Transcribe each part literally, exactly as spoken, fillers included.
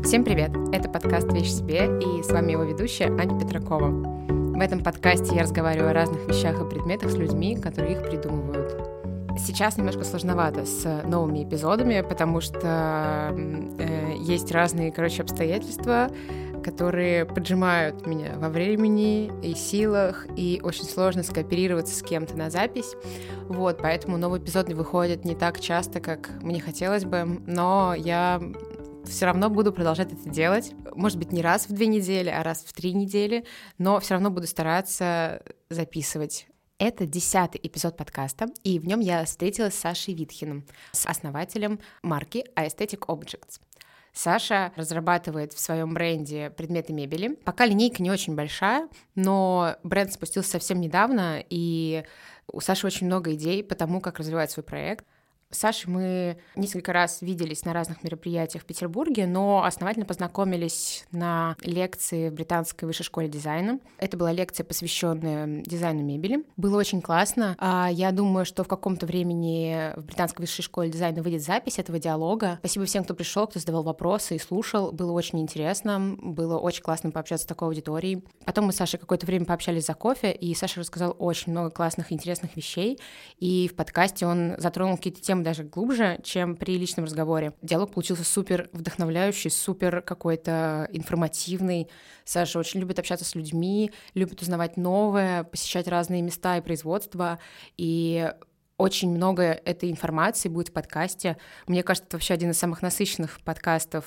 Всем привет! Это подкаст «Вещь в себе», и с вами его ведущая Аня Петракова. В этом подкасте я разговариваю о разных вещах и предметах с людьми, которые их придумывают. Сейчас немножко сложновато с новыми эпизодами, потому что э, есть разные, короче, обстоятельства, которые поджимают меня во времени и силах, и очень сложно скооперироваться с кем-то на запись. Вот, поэтому новые эпизоды выходят не так часто, как мне хотелось бы, но я все равно буду продолжать это делать. Может быть, не раз в две недели, а раз в три недели, но все равно буду стараться записывать. Это десятый эпизод подкаста, и в нем я встретилась с Сашей Витхиным, с основателем марки Aesthetic Objects. Саша разрабатывает в своем бренде предметы мебели. Пока линейка не очень большая, но бренд спустился совсем недавно, и у Саши очень много идей по тому, как развивать свой проект. С Сашей мы несколько раз виделись на разных мероприятиях в Петербурге, но основательно познакомились на лекции в Британской высшей школе дизайна. Это была лекция, посвященная дизайну мебели. Было очень классно. Я думаю, что в каком-то времени в Британской высшей школе дизайна выйдет запись этого диалога. Спасибо всем, кто пришел, кто задавал вопросы и слушал. Было очень интересно, было очень классно пообщаться с такой аудиторией. Потом мы с Сашей какое-то время пообщались за кофе, и Саша рассказал очень много классных и интересных вещей. И в подкасте он затронул какие-то темы даже глубже, чем при личном разговоре. Диалог получился супер вдохновляющий, супер какой-то информативный. Саша очень любит общаться с людьми, любит узнавать новое, посещать разные места и производства, и очень много этой информации будет в подкасте. Мне кажется, это вообще один из самых насыщенных подкастов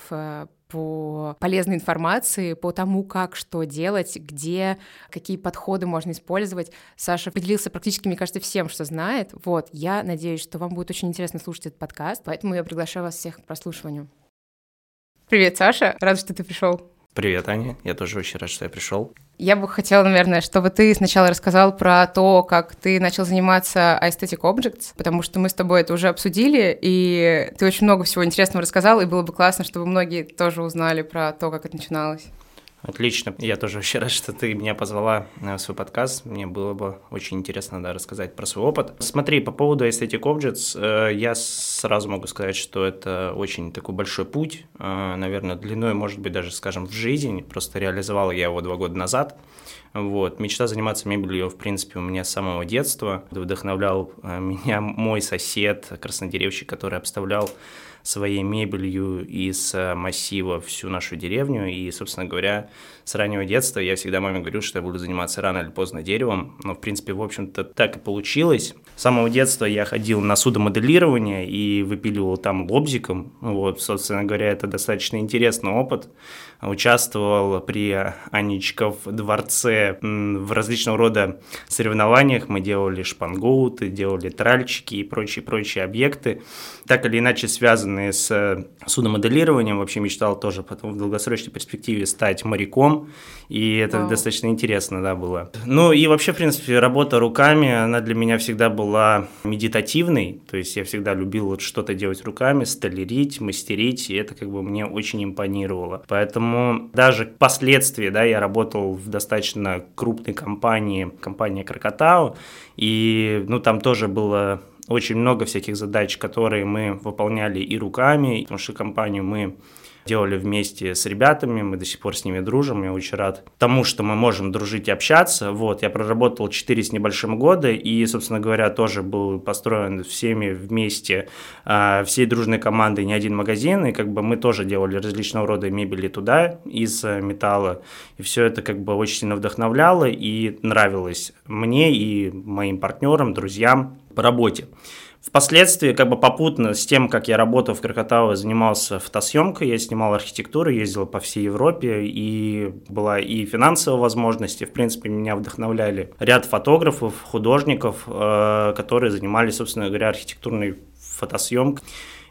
по полезной информации, по тому, как что делать, где, какие подходы можно использовать. Саша поделился практически, мне кажется, всем, что знает. Вот, я надеюсь, что вам будет очень интересно слушать этот подкаст, поэтому я приглашаю вас всех к прослушиванию. Привет, Саша, рада, что ты пришел. Привет, Аня, я тоже очень рад, что я пришел. Я бы хотела, наверное, чтобы ты сначала рассказал про то, как ты начал заниматься Aesthetic Objects, потому что мы с тобой это уже обсудили, и ты очень много всего интересного рассказал, и было бы классно, чтобы многие тоже узнали про то, как это начиналось. Отлично. Я тоже очень рад, что ты меня позвала в свой подкаст. Мне было бы очень интересно, да, рассказать про свой опыт. Смотри, по поводу Aesthetic Objects, я сразу могу сказать, что это очень такой большой путь, наверное, длиной, может быть, даже, скажем, в жизнь. Просто реализовал я его два года назад. Вот. Мечта заниматься мебелью, в принципе, у меня с самого детства. Вдохновлял меня мой сосед, краснодеревщик, который обставлял своей мебелью из массива всю нашу деревню. И, собственно говоря, с раннего детства я всегда маме говорил, что я буду заниматься рано или поздно деревом. Но, в принципе, в общем-то, так и получилось. С самого детства я ходил на судомоделирование и выпиливал там лобзиком. Вот, собственно говоря, это достаточно интересный опыт. Участвовал при Анечков дворце в различного рода соревнованиях. Мы делали шпангоуты, делали тральчики и прочие-прочие объекты, так или иначе связанные с судомоделированием. Вообще мечтал тоже потом в долгосрочной перспективе стать моряком, и это Вау. достаточно интересно, да, было. Ну и вообще, в принципе, работа руками, она для меня всегда была медитативной, то есть я всегда любил вот что-то делать руками, столярить, мастерить, и это как бы мне очень импонировало. Поэтому даже впоследствии, да, я работал в достаточно крупной компании, компания Крокотау, и, ну, там тоже было очень много всяких задач, которые мы выполняли и руками, потому что компанию мы делали вместе с ребятами, мы до сих пор с ними дружим, я очень рад тому, что мы можем дружить и общаться. Вот, я проработал четыре с небольшим года и, собственно говоря, тоже был построен всеми вместе, всей дружной командой не один магазин, и как бы мы тоже делали различного рода мебели туда из металла, и все это как бы очень сильно вдохновляло и нравилось мне и моим партнерам, друзьям по работе. Впоследствии, как бы попутно с тем, как я работал в Крокотау, занимался фотосъемкой, я снимал архитектуру, ездил по всей Европе, и была и финансовая возможность, и, в принципе, меня вдохновляли ряд фотографов, художников, которые занимались, собственно говоря, архитектурной фотосъемкой.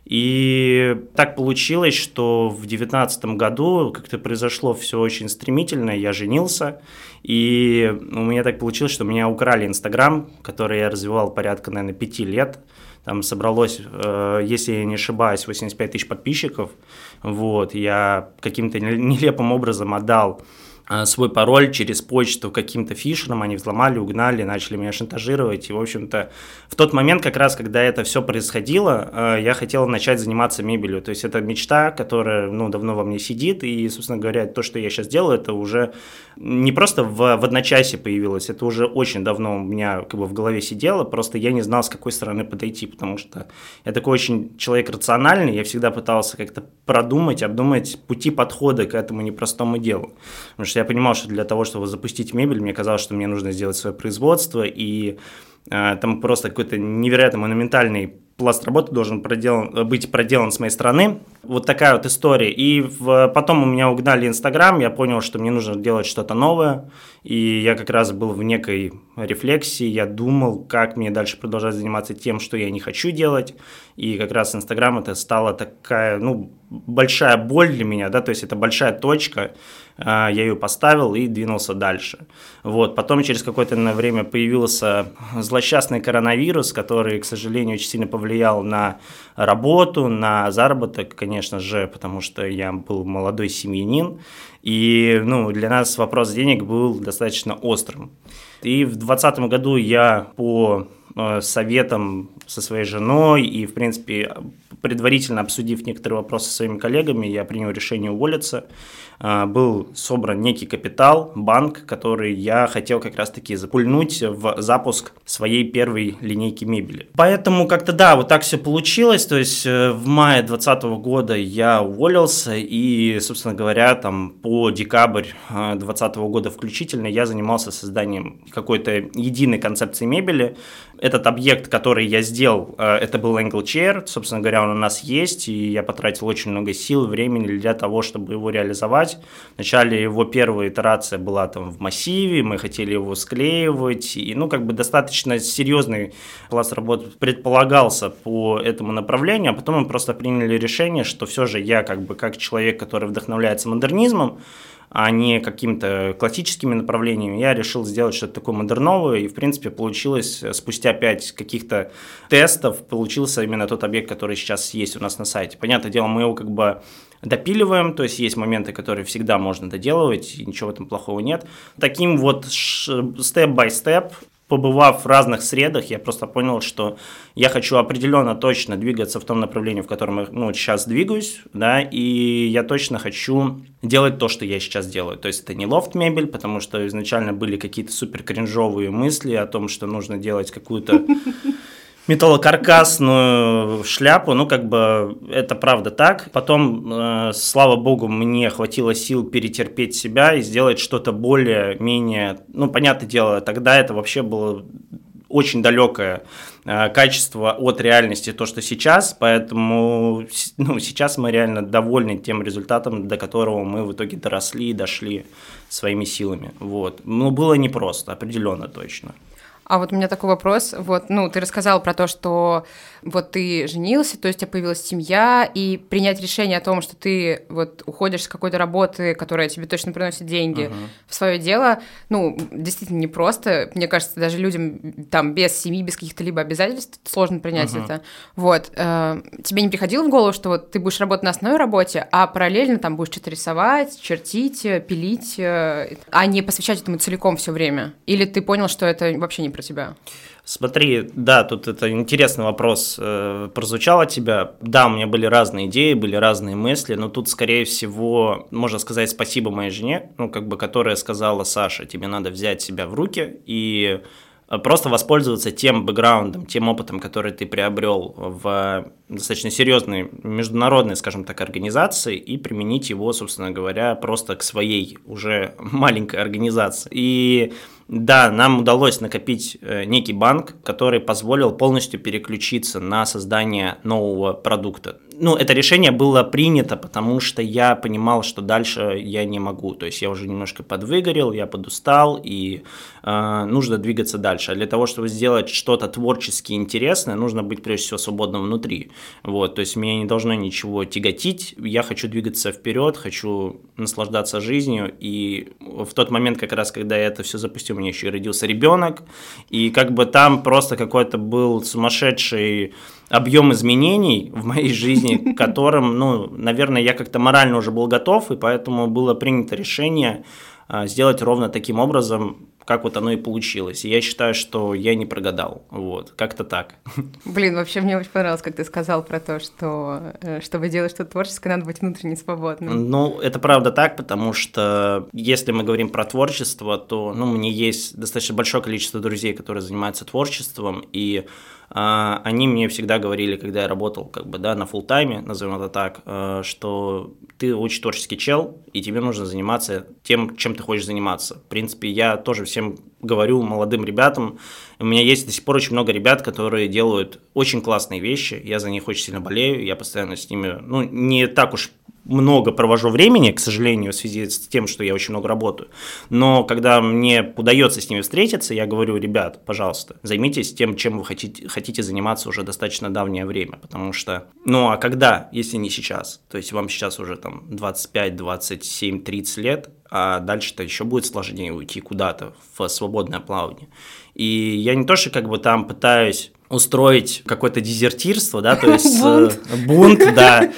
И так получилось, что в две тысячи девятнадцатом году как-то произошло все очень стремительно, я женился, и у меня так получилось, что меня украли Инстаграм, который я развивал порядка, наверное, пяти лет. Там собралось, если я не ошибаюсь, восемьдесят пять тысяч подписчиков. Вот, я каким-то нелепым образом отдал свой пароль через почту каким-то фишерам, они взломали, угнали, начали меня шантажировать, и, в общем-то, в тот момент, как раз, когда это все происходило, я хотел начать заниматься мебелью, то есть это мечта, которая, ну, давно во мне сидит, и, собственно говоря, то, что я сейчас делаю, это уже не просто в, в одночасье появилось, это уже очень давно у меня как бы в голове сидело, просто я не знал, с какой стороны подойти, потому что я такой очень человек рациональный, я всегда пытался как-то продумать, обдумать пути подхода к этому непростому делу, потому что я понимал, что для того, чтобы запустить мебель, мне казалось, что мне нужно сделать свое производство, и э, там просто какой-то невероятно монументальный пласт работы должен проделан, быть проделан с моей стороны. Вот такая вот история. И в, потом у меня угнали Инстаграм, я понял, что мне нужно делать что-то новое, и я как раз был в некой рефлексии, я думал, как мне дальше продолжать заниматься тем, что я не хочу делать, и как раз Инстаграм это стала такая, ну, большая боль для меня, да, то есть это большая точка, я ее поставил и двинулся дальше. Вот. Потом через какое-то время появился злосчастный коронавирус, который, к сожалению, очень сильно повлиял на работу, на заработок, конечно же, потому что я был молодой семьянин, и, ну, для нас вопрос денег был достаточно острым. И в двадцатом году я по советам со своей женой и, в принципе, предварительно обсудив некоторые вопросы со своими коллегами, я принял решение уволиться. Был собран некий капитал, банк, который я хотел как раз-таки запульнуть в запуск своей первой линейки мебели. Поэтому как-то, да, вот так все получилось. То есть в мае двадцатого года я уволился, и, собственно говоря, там по декабрь двадцатого года включительно я занимался созданием какой-то единой концепции мебели. Этот объект, который я сделал, это был Angle Chair, собственно говоря, он у нас есть, и я потратил очень много сил и времени для того, чтобы его реализовать. Вначале его первая итерация была там в массиве, мы хотели его склеивать, и, ну, как бы достаточно серьезный пласт работы предполагался по этому направлению, а потом мы просто приняли решение, что все же я, как бы, как человек, который вдохновляется модернизмом, а не какими-то классическими направлениями, я решил сделать что-то такое модерновое, и, в принципе, получилось спустя пять каких-то тестов, получился именно тот объект, который сейчас есть у нас на сайте. Понятное дело, мы его как бы допиливаем, то есть есть моменты, которые всегда можно доделывать, и ничего в этом плохого нет. Таким вот степ-бай-степ, побывав в разных средах, я просто понял, что я хочу определенно точно двигаться в том направлении, в котором я, ну, сейчас двигаюсь, да, и я точно хочу делать то, что я сейчас делаю. То есть это не лофт-мебель, потому что изначально были какие-то супер кринжовые мысли о том, что нужно делать какую-то металлокаркасную шляпу, ну, как бы, это правда так. Потом, э, слава богу, мне хватило сил перетерпеть себя и сделать что-то более-менее, ну, понятное дело, тогда это вообще было очень далекое э, качество от реальности, то, что сейчас, поэтому, ну, сейчас мы реально довольны тем результатом, до которого мы в итоге доросли и дошли своими силами, вот. Ну, было непросто, определенно, точно. А вот у меня такой вопрос, вот, ну, ты рассказал про то, что вот ты женился, то есть у тебя появилась семья, и принять решение о том, что ты вот уходишь с какой-то работы, которая тебе точно приносит деньги, uh-huh. в свое дело, ну, действительно непросто, мне кажется, даже людям там без семьи, без каких-то либо обязательств сложно принять uh-huh. это, вот, э, тебе не приходило в голову, что вот ты будешь работать на основной работе, а параллельно там будешь что-то рисовать, чертить, пилить, э, а не посвящать этому целиком все время? Или ты понял, что это вообще не про тебя? Смотри, да, тут это интересный вопрос э, прозвучал от тебя. Да, у меня были разные идеи, были разные мысли, но тут, скорее всего, можно сказать спасибо моей жене, ну, как бы, которая сказала: Саша, тебе надо взять себя в руки и просто воспользоваться тем бэкграундом, тем опытом, который ты приобрел в достаточно серьезной международной, скажем так, организации, и применить его, собственно говоря, просто к своей уже маленькой организации. И да, нам удалось накопить некий банк, который позволил полностью переключиться на создание нового продукта. Ну, это решение было принято, потому что я понимал, что дальше я не могу. То есть я уже немножко подвыгорел, я подустал, и э, нужно двигаться дальше. А для того, чтобы сделать что-то творчески интересное, нужно быть, прежде всего, свободным внутри. Вот, то есть меня не должно ничего тяготить. Я хочу двигаться вперед, хочу наслаждаться жизнью. И в тот момент, как раз, когда я это все запустил, у меня еще и родился ребенок, и как бы там просто какой-то был сумасшедший объем изменений в моей жизни, к которым, ну, наверное, я как-то морально уже был готов, и поэтому было принято решение сделать ровно таким образом, как вот оно и получилось. И я считаю, что я не прогадал. Вот, как-то так. Блин, вообще мне очень понравилось, как ты сказал про то, что чтобы делать что-то творческое, надо быть внутренне свободным. Ну, это правда так, потому что если мы говорим про творчество, то, ну, у меня есть достаточно большое количество друзей, которые занимаются творчеством, и а, они мне всегда говорили, когда я работал как бы, да, на фулл-тайме, назовем это так, а, что ты очень творческий чел, и тебе нужно заниматься тем, чем ты хочешь заниматься. В принципе, я тоже всем говорю, молодым ребятам, у меня есть до сих пор очень много ребят, которые делают очень классные вещи, я за них очень сильно болею, я постоянно с ними, ну, не так уж много провожу времени, к сожалению, в связи с тем, что я очень много работаю. Но когда мне удается с ними встретиться, я говорю: ребят, пожалуйста, займитесь тем, чем вы хотите, хотите заниматься уже достаточно давнее время. Потому что, ну а когда, если не сейчас? То есть вам сейчас уже там двадцать пять, двадцать семь, тридцать лет, а дальше-то еще будет сложнее уйти куда-то в свободное плавание. И я не то, что как бы там пытаюсь устроить какое-то дезертирство, да, то есть бунт, бунт да,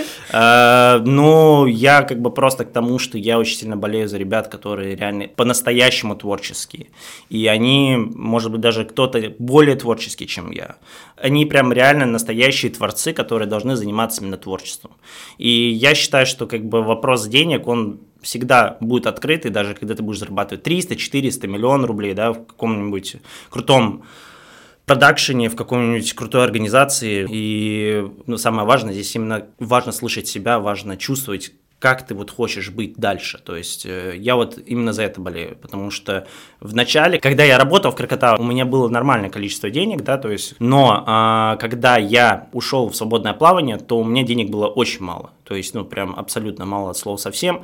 э, но я как бы просто к тому, что я очень сильно болею за ребят, которые реально по-настоящему творческие, и они, может быть, даже кто-то более творческий, чем я, они прям реально настоящие творцы, которые должны заниматься именно творчеством, и я считаю, что как бы вопрос денег, он всегда будет открытый, даже когда ты будешь зарабатывать триста, четыреста, миллион рублей, да, в каком-нибудь крутом продакшене, в какой-нибудь крутой организации. И ну, самое важное, здесь именно важно слышать себя, важно чувствовать, как ты вот хочешь быть дальше. То есть я вот именно за это болею, потому что в начале, когда я работал в Крокотау, у меня было нормальное количество денег, да, то есть, но а, когда я ушел в свободное плавание, то у меня денег было очень мало. То есть, ну, прям абсолютно мало от слова совсем.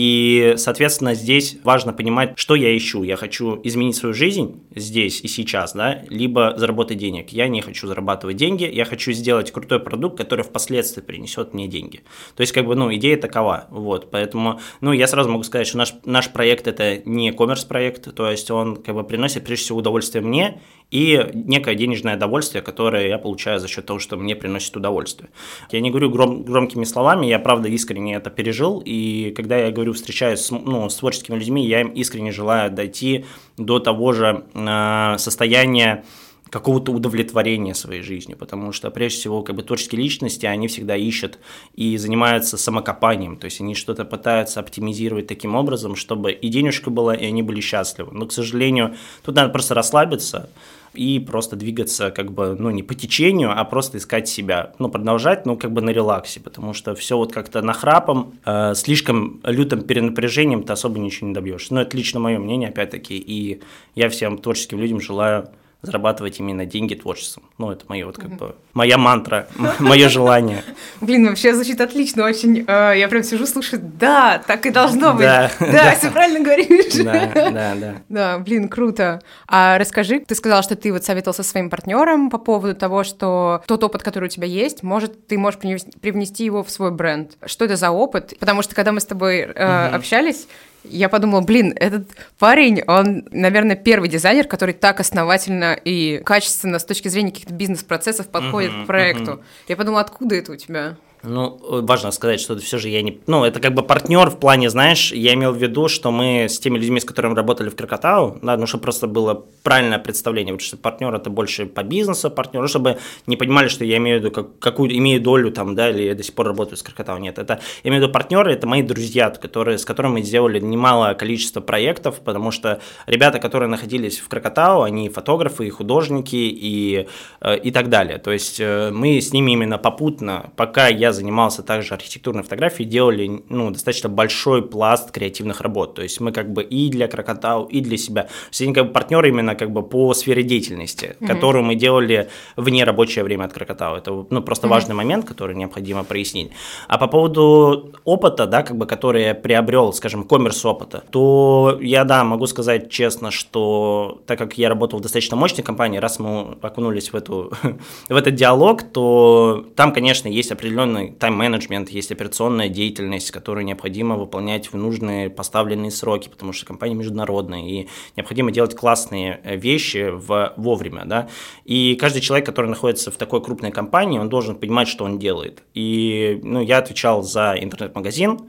И, соответственно, здесь важно понимать, что я ищу. Я хочу изменить свою жизнь здесь и сейчас, да, либо заработать денег. Я не хочу зарабатывать деньги, я хочу сделать крутой продукт, который впоследствии принесет мне деньги. То есть, как бы, ну, идея такова. Вот, поэтому, ну, я сразу могу сказать, что наш, наш проект – это не коммерс-проект, то есть он, как бы, приносит, прежде всего, удовольствие мне и некое денежное удовольствие, которое я получаю за счет того, что мне приносит удовольствие. Я не говорю гром, громкими словами, я, правда, искренне это пережил, и когда я говорю, встречаюсь с, ну, с творческими людьми, я им искренне желаю дойти до того же э, состояния какого-то удовлетворения своей жизнью, потому что, прежде всего, как бы творческие личности, они всегда ищут и занимаются самокопанием, то есть они что-то пытаются оптимизировать таким образом, чтобы и денежка была, и они были счастливы. Но, к сожалению, тут надо просто расслабиться и просто двигаться как бы, ну, не по течению, а просто искать себя, ну, продолжать, ну, как бы на релаксе, потому что все вот как-то нахрапом, э, слишком лютым перенапряжением ты особо ничего не добьешься. Но это лично мое мнение, опять-таки, и я всем творческим людям желаю зарабатывать именно деньги творчеством. Ну, это мое вот как бы, моя мантра, мое желание. Блин, вообще звучит отлично очень. Я прям сижу, слушаю, да, так и должно быть. Да, да, все правильно говоришь. Да, да, да. Да, блин, круто. А расскажи, ты сказала, что ты вот советовал со своим партнером по поводу того, что тот опыт, который у тебя есть, может, ты можешь привнести его в свой бренд. Что это за опыт? Потому что когда мы с тобой э, угу. общались, я подумала, блин, этот парень, он, наверное, первый дизайнер, который так основательно и качественно с точки зрения каких-то бизнес-процессов подходит uh-huh, к проекту. Uh-huh. Я подумала, откуда это у тебя? Ну, важно сказать, что все же я не... Ну, это как бы партнер в плане, знаешь, я имел в виду, что мы с теми людьми, с которыми работали в Крокотау, да, ну, чтобы просто было правильное представление, потому что партнер – это больше по бизнесу партнер, чтобы не понимали, что я имею в виду, как, какую имею долю там, да, или я до сих пор работаю с Крокотау. Нет, это, я имею в виду партнеры, это мои друзья, которые, с которыми мы сделали немалое количество проектов, потому что ребята, которые находились в Крокотау, они фотографы, и художники, и, и так далее. То есть мы с ними именно попутно, пока я занимался также архитектурной фотографией, делали, ну, достаточно большой пласт креативных работ. То есть мы как бы и для Крокотау, и для себя. То есть они как бы партнеры именно как бы по сфере деятельности, mm-hmm. которую мы делали в нерабочее время от Крокотау. Это, ну, просто mm-hmm. важный момент, который необходимо прояснить. А по поводу опыта, да, как бы, который я приобрел, скажем, коммерс-опыта, то я, да, могу сказать честно, что так как я работал в достаточно мощной компании, раз мы окунулись в, эту, в этот диалог, то там, конечно, есть определенный тайм-менеджмент, есть операционная деятельность, которую необходимо выполнять в нужные поставленные сроки, потому что компания международная, и необходимо делать классные вещи в, вовремя, да, и каждый человек, который находится в такой крупной компании, он должен понимать, что он делает, и, ну, я отвечал за интернет-магазин,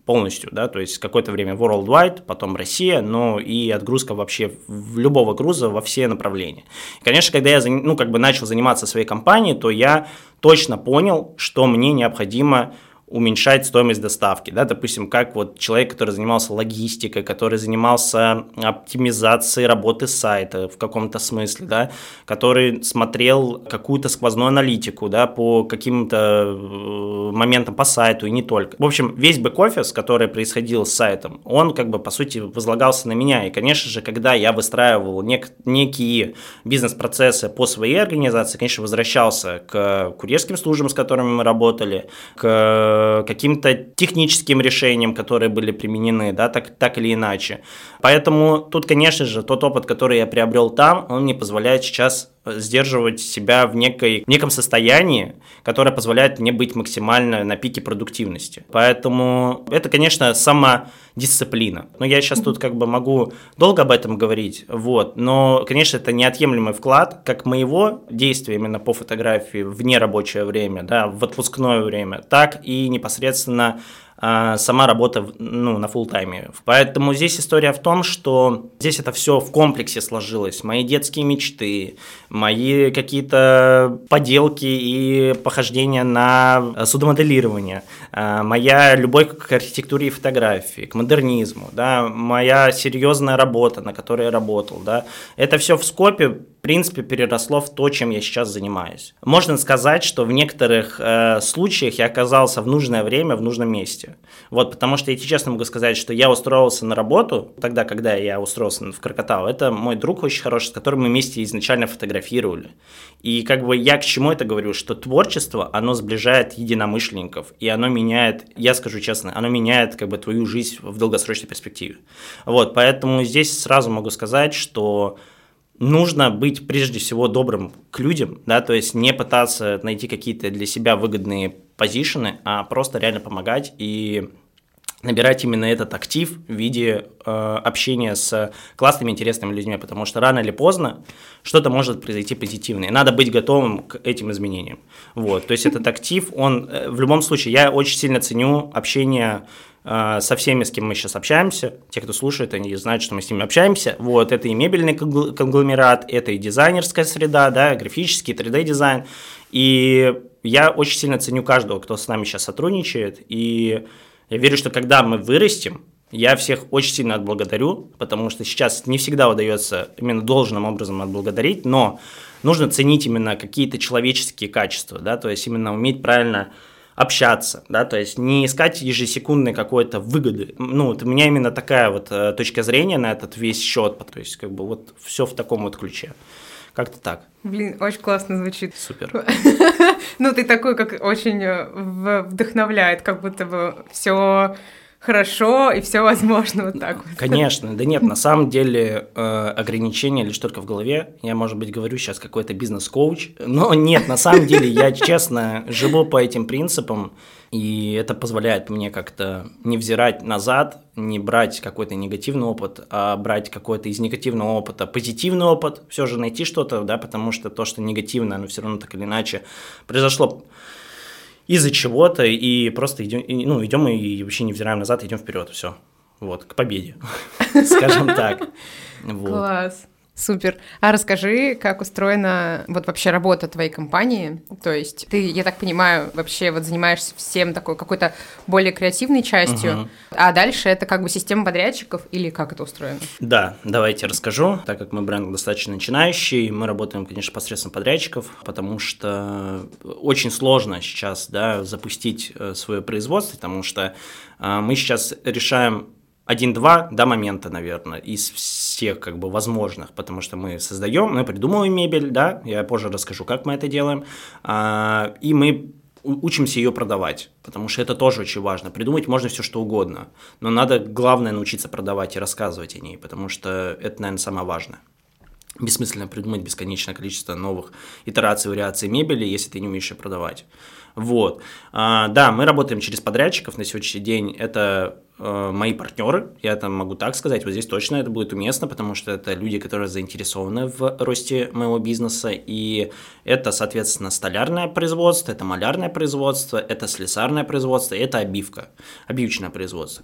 полностью, да, то есть какое-то время worldwide, потом Россия, но и отгрузка вообще в любого груза во все направления. И, конечно, когда я, ну, как бы начал заниматься своей компанией, то я точно понял, что мне необходимо уменьшать стоимость доставки, да, допустим, как вот человек, который занимался логистикой, который занимался оптимизацией работы сайта в каком-то смысле, да, который смотрел какую-то сквозную аналитику, да, по каким-то моментам по сайту и не только. В общем, весь бэк-офис, который происходил с сайтом, он как бы, по сути, возлагался на меня, и, конечно же, когда я выстраивал нек- некие бизнес-процессы по своей организации, конечно, возвращался к курьерским службам, с которыми мы работали, к каким-то техническим решениям, которые были применены, да, так, так или иначе. Поэтому тут, конечно же, тот опыт, который я приобрел там, он мне позволяет сейчас сдерживать себя в, некой, в неком состоянии, которое позволяет мне быть максимально на пике продуктивности. Поэтому это, конечно, самодисциплина. Но я сейчас тут как бы могу долго об этом говорить, вот, но, конечно, это неотъемлемый вклад как моего действия именно по фотографии в нерабочее время, да, в отпускное время, так и непосредственно сама работа, ну, на фулл-тайме. Поэтому здесь история в том, что здесь это все в комплексе сложилось. Мои детские мечты, мои какие-то поделки и похождения на судомоделирование, моя любовь к архитектуре и фотографии, к модернизму, да, моя серьезная работа, на которой я работал, да, это все в скопе, в принципе, переросло в то, чем я сейчас занимаюсь. Можно сказать, что в некоторых э, случаях я оказался в нужное время, в нужном месте. Вот, потому что я тебе честно могу сказать, что я устроился на работу, тогда, когда я устроился в Кракатау, это мой друг очень хороший, с которым мы вместе изначально фотографировали. И как бы я к чему это говорю, что творчество, оно сближает единомышленников, и оно меняет, я скажу честно, оно меняет как бы твою жизнь в долгосрочной перспективе. Вот, поэтому здесь сразу могу сказать, что нужно быть прежде всего добрым к людям, да, то есть не пытаться найти какие-то для себя выгодные позишены, а просто реально помогать и набирать именно этот актив в виде э, общения с классными, интересными людьми, потому что рано или поздно что-то может произойти позитивное. Надо быть готовым к этим изменениям. Вот, то есть этот актив, он э, в любом случае, я очень сильно ценю общение со всеми, с кем мы сейчас общаемся. Те, кто слушает, они знают, что мы с ними общаемся. Вот, это и мебельный конгломерат, это и дизайнерская среда, да, графический, три дэ-дизайн. И я очень сильно ценю каждого, кто с нами сейчас сотрудничает. И я верю, что когда мы вырастем, я всех очень сильно отблагодарю, потому что сейчас не всегда удается именно должным образом отблагодарить, но нужно ценить именно какие-то человеческие качества, да, то есть именно уметь правильно общаться, да, то есть не искать ежесекундной какой-то выгоды. Ну, вот у меня именно такая вот э, точка зрения на этот весь счет, то есть как бы вот все в таком вот ключе. Как-то так. Блин, очень классно звучит. Супер. Ну, ты такой, как очень вдохновляет, как будто бы все хорошо и все возможно вот так вот. Конечно, да нет, на самом деле э, ограничения лишь только в голове. Я, может быть, говорю сейчас какой-то бизнес-коуч, но нет, на самом деле я честно живу по этим принципам, и это позволяет мне как-то не взирать назад, не брать какой-то негативный опыт, а брать какой-то из негативного опыта позитивный опыт, все же найти что-то, да, потому что то, что негативное, оно все равно так или иначе произошло из-за чего-то, и просто идем, ну, идем и вообще не взираем назад, идем вперед, все, вот, к победе, скажем так. Класс. Супер. А расскажи, как устроена вот вообще работа твоей компании? То есть ты, я так понимаю, вообще вот занимаешься всем такой какой-то более креативной частью, uh-huh. а дальше это как бы система подрядчиков или как это устроено? Да, давайте расскажу. Так как мы бренд достаточно начинающий, мы работаем, конечно, посредством подрядчиков, потому что очень сложно сейчас, да, запустить свое производство, потому что мы сейчас решаем один-два, да, момента, наверное, из всех как бы возможных, потому что мы создаем, мы придумываем мебель, да, я позже расскажу, как мы это делаем, а, и мы учимся ее продавать, потому что это тоже очень важно. Придумать можно все что угодно, но надо, главное, научиться продавать и рассказывать о ней, потому что это, наверное, самое важное. бессмысленно придумать бесконечное количество новых итераций, вариаций мебели, если ты не умеешь ее продавать. Вот. А, да, мы работаем через подрядчиков на сегодняшний день. Это э, мои партнеры, я это могу так сказать. Вот здесь точно это будет уместно, потому что это люди, которые заинтересованы в росте моего бизнеса. И это, соответственно, столярное производство, это малярное производство, это слесарное производство, это обивка, обивочное производство.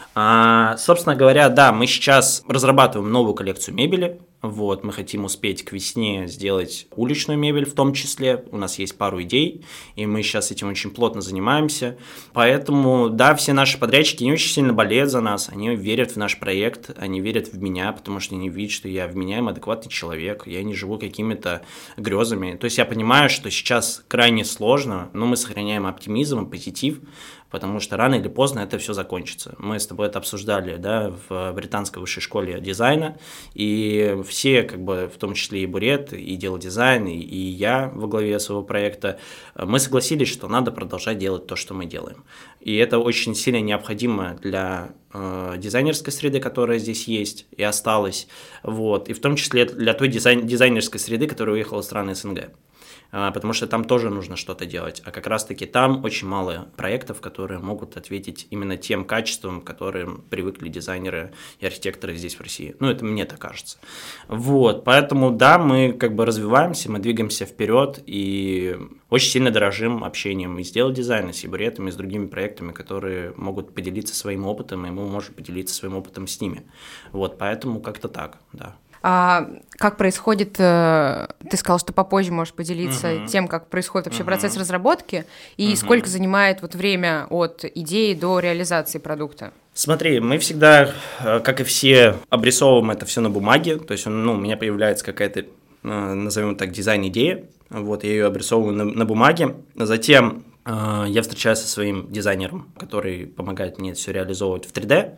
А, собственно говоря, да, мы сейчас разрабатываем новую коллекцию мебели. Вот, мы хотим успеть к весне сделать уличную мебель в том числе. У нас есть пару идей, и мы сейчас этим очень плотно занимаемся. Поэтому, да, все наши подрядчики не очень сильно болеют за нас, они верят в наш проект, они верят в меня, потому что они видят, что я вменяемый, адекватный человек, я не живу какими-то грезами. То есть я понимаю, что сейчас крайне сложно, но мы сохраняем оптимизм и позитив, потому что рано или поздно это все закончится. Мы с тобой это обсуждали, да, в британской высшей школе дизайна, и все, как бы, в том числе и Бурет, и Дело Дизайн, и, и я во главе своего проекта, мы согласились, что надо продолжать делать то, что мы делаем. И это очень сильно необходимо для э, дизайнерской среды, которая здесь есть и осталась, вот, и в том числе для той дизайн, дизайнерской среды, которая уехала в страны СНГ. Потому что там тоже нужно что-то делать, а как раз-таки там очень мало проектов, которые могут ответить именно тем качествам, к которым привыкли дизайнеры и архитекторы здесь в России. Ну, это мне так кажется. Вот, поэтому, да, мы как бы развиваемся, мы двигаемся вперед и очень сильно дорожим общением и с Дело Дизайна, с Буретом, и с другими проектами, которые могут поделиться своим опытом, и мы можем поделиться своим опытом с ними. Вот, поэтому как-то так, да. А как происходит, ты сказал, что попозже можешь поделиться uh-huh. тем, как происходит вообще uh-huh. процесс разработки, и uh-huh. сколько занимает вот время от идеи до реализации продукта? Смотри, мы всегда, как и все, обрисовываем это все на бумаге, то есть ну, у меня появляется какая-то, назовем так, дизайн-идея, вот, я ее обрисовываю на, на бумаге, затем э, я встречаюсь со своим дизайнером, который помогает мне это все реализовывать в три дэ,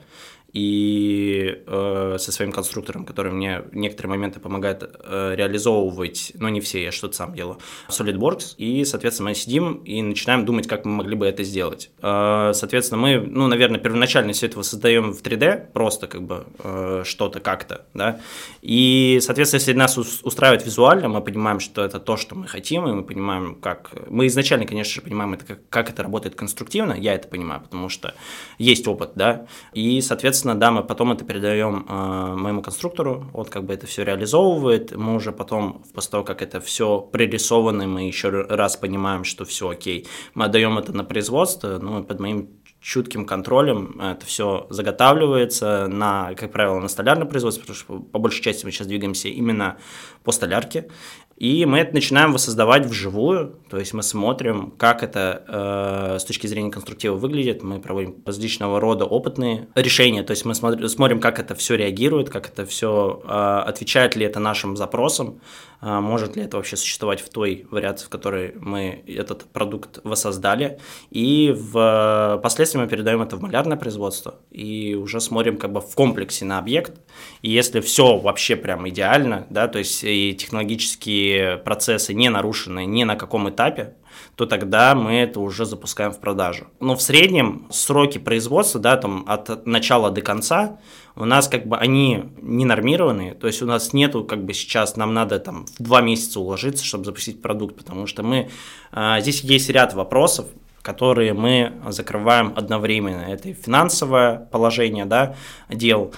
и э, со своим конструктором, который мне в некоторые моменты помогает э, реализовывать, но не все, я что-то сам делаю, SolidWorks, и, соответственно, мы сидим и начинаем думать, как мы могли бы это сделать. Э, соответственно, мы, ну, наверное, первоначально все это создаем в три дэ, просто как бы э, что-то как-то, да, и, соответственно, если нас устраивает визуально, мы понимаем, что это то, что мы хотим, и мы понимаем, как... Мы изначально, конечно же, понимаем, это, как, как это работает конструктивно, я это понимаю, потому что есть опыт, да, и, соответственно, да, мы потом это передаем э, моему конструктору, он как бы это все реализовывает, мы уже потом, после того, как это все пририсовано, мы еще раз понимаем, что все окей, мы отдаем это на производство, ну, под моим чутким контролем это все заготавливается, на, как правило, на столярное производство, потому что по большей части мы сейчас двигаемся именно по столярке, и мы это начинаем воссоздавать вживую, то есть мы смотрим, как это э, с точки зрения конструктива выглядит, мы проводим различного рода опытные решения, то есть мы смотрим, смотрим как это все реагирует, как это все, э, отвечает ли это нашим запросам, э, может ли это вообще существовать в той вариации, в которой мы этот продукт воссоздали, и впоследствии мы передаем это в малярное производство, и уже смотрим как бы в комплексе на объект, и если все вообще прям идеально, да, то есть и технологические процессы не нарушены ни на каком этапе, то тогда мы это уже запускаем в продажу. Но в среднем сроки производства, да, там от начала до конца у нас как бы они не нормированные, то есть у нас нету как бы сейчас, нам надо там в два месяца уложиться, чтобы запустить продукт, потому что мы, а, здесь есть ряд вопросов, которые мы закрываем одновременно. Это и финансовое положение, да, дел,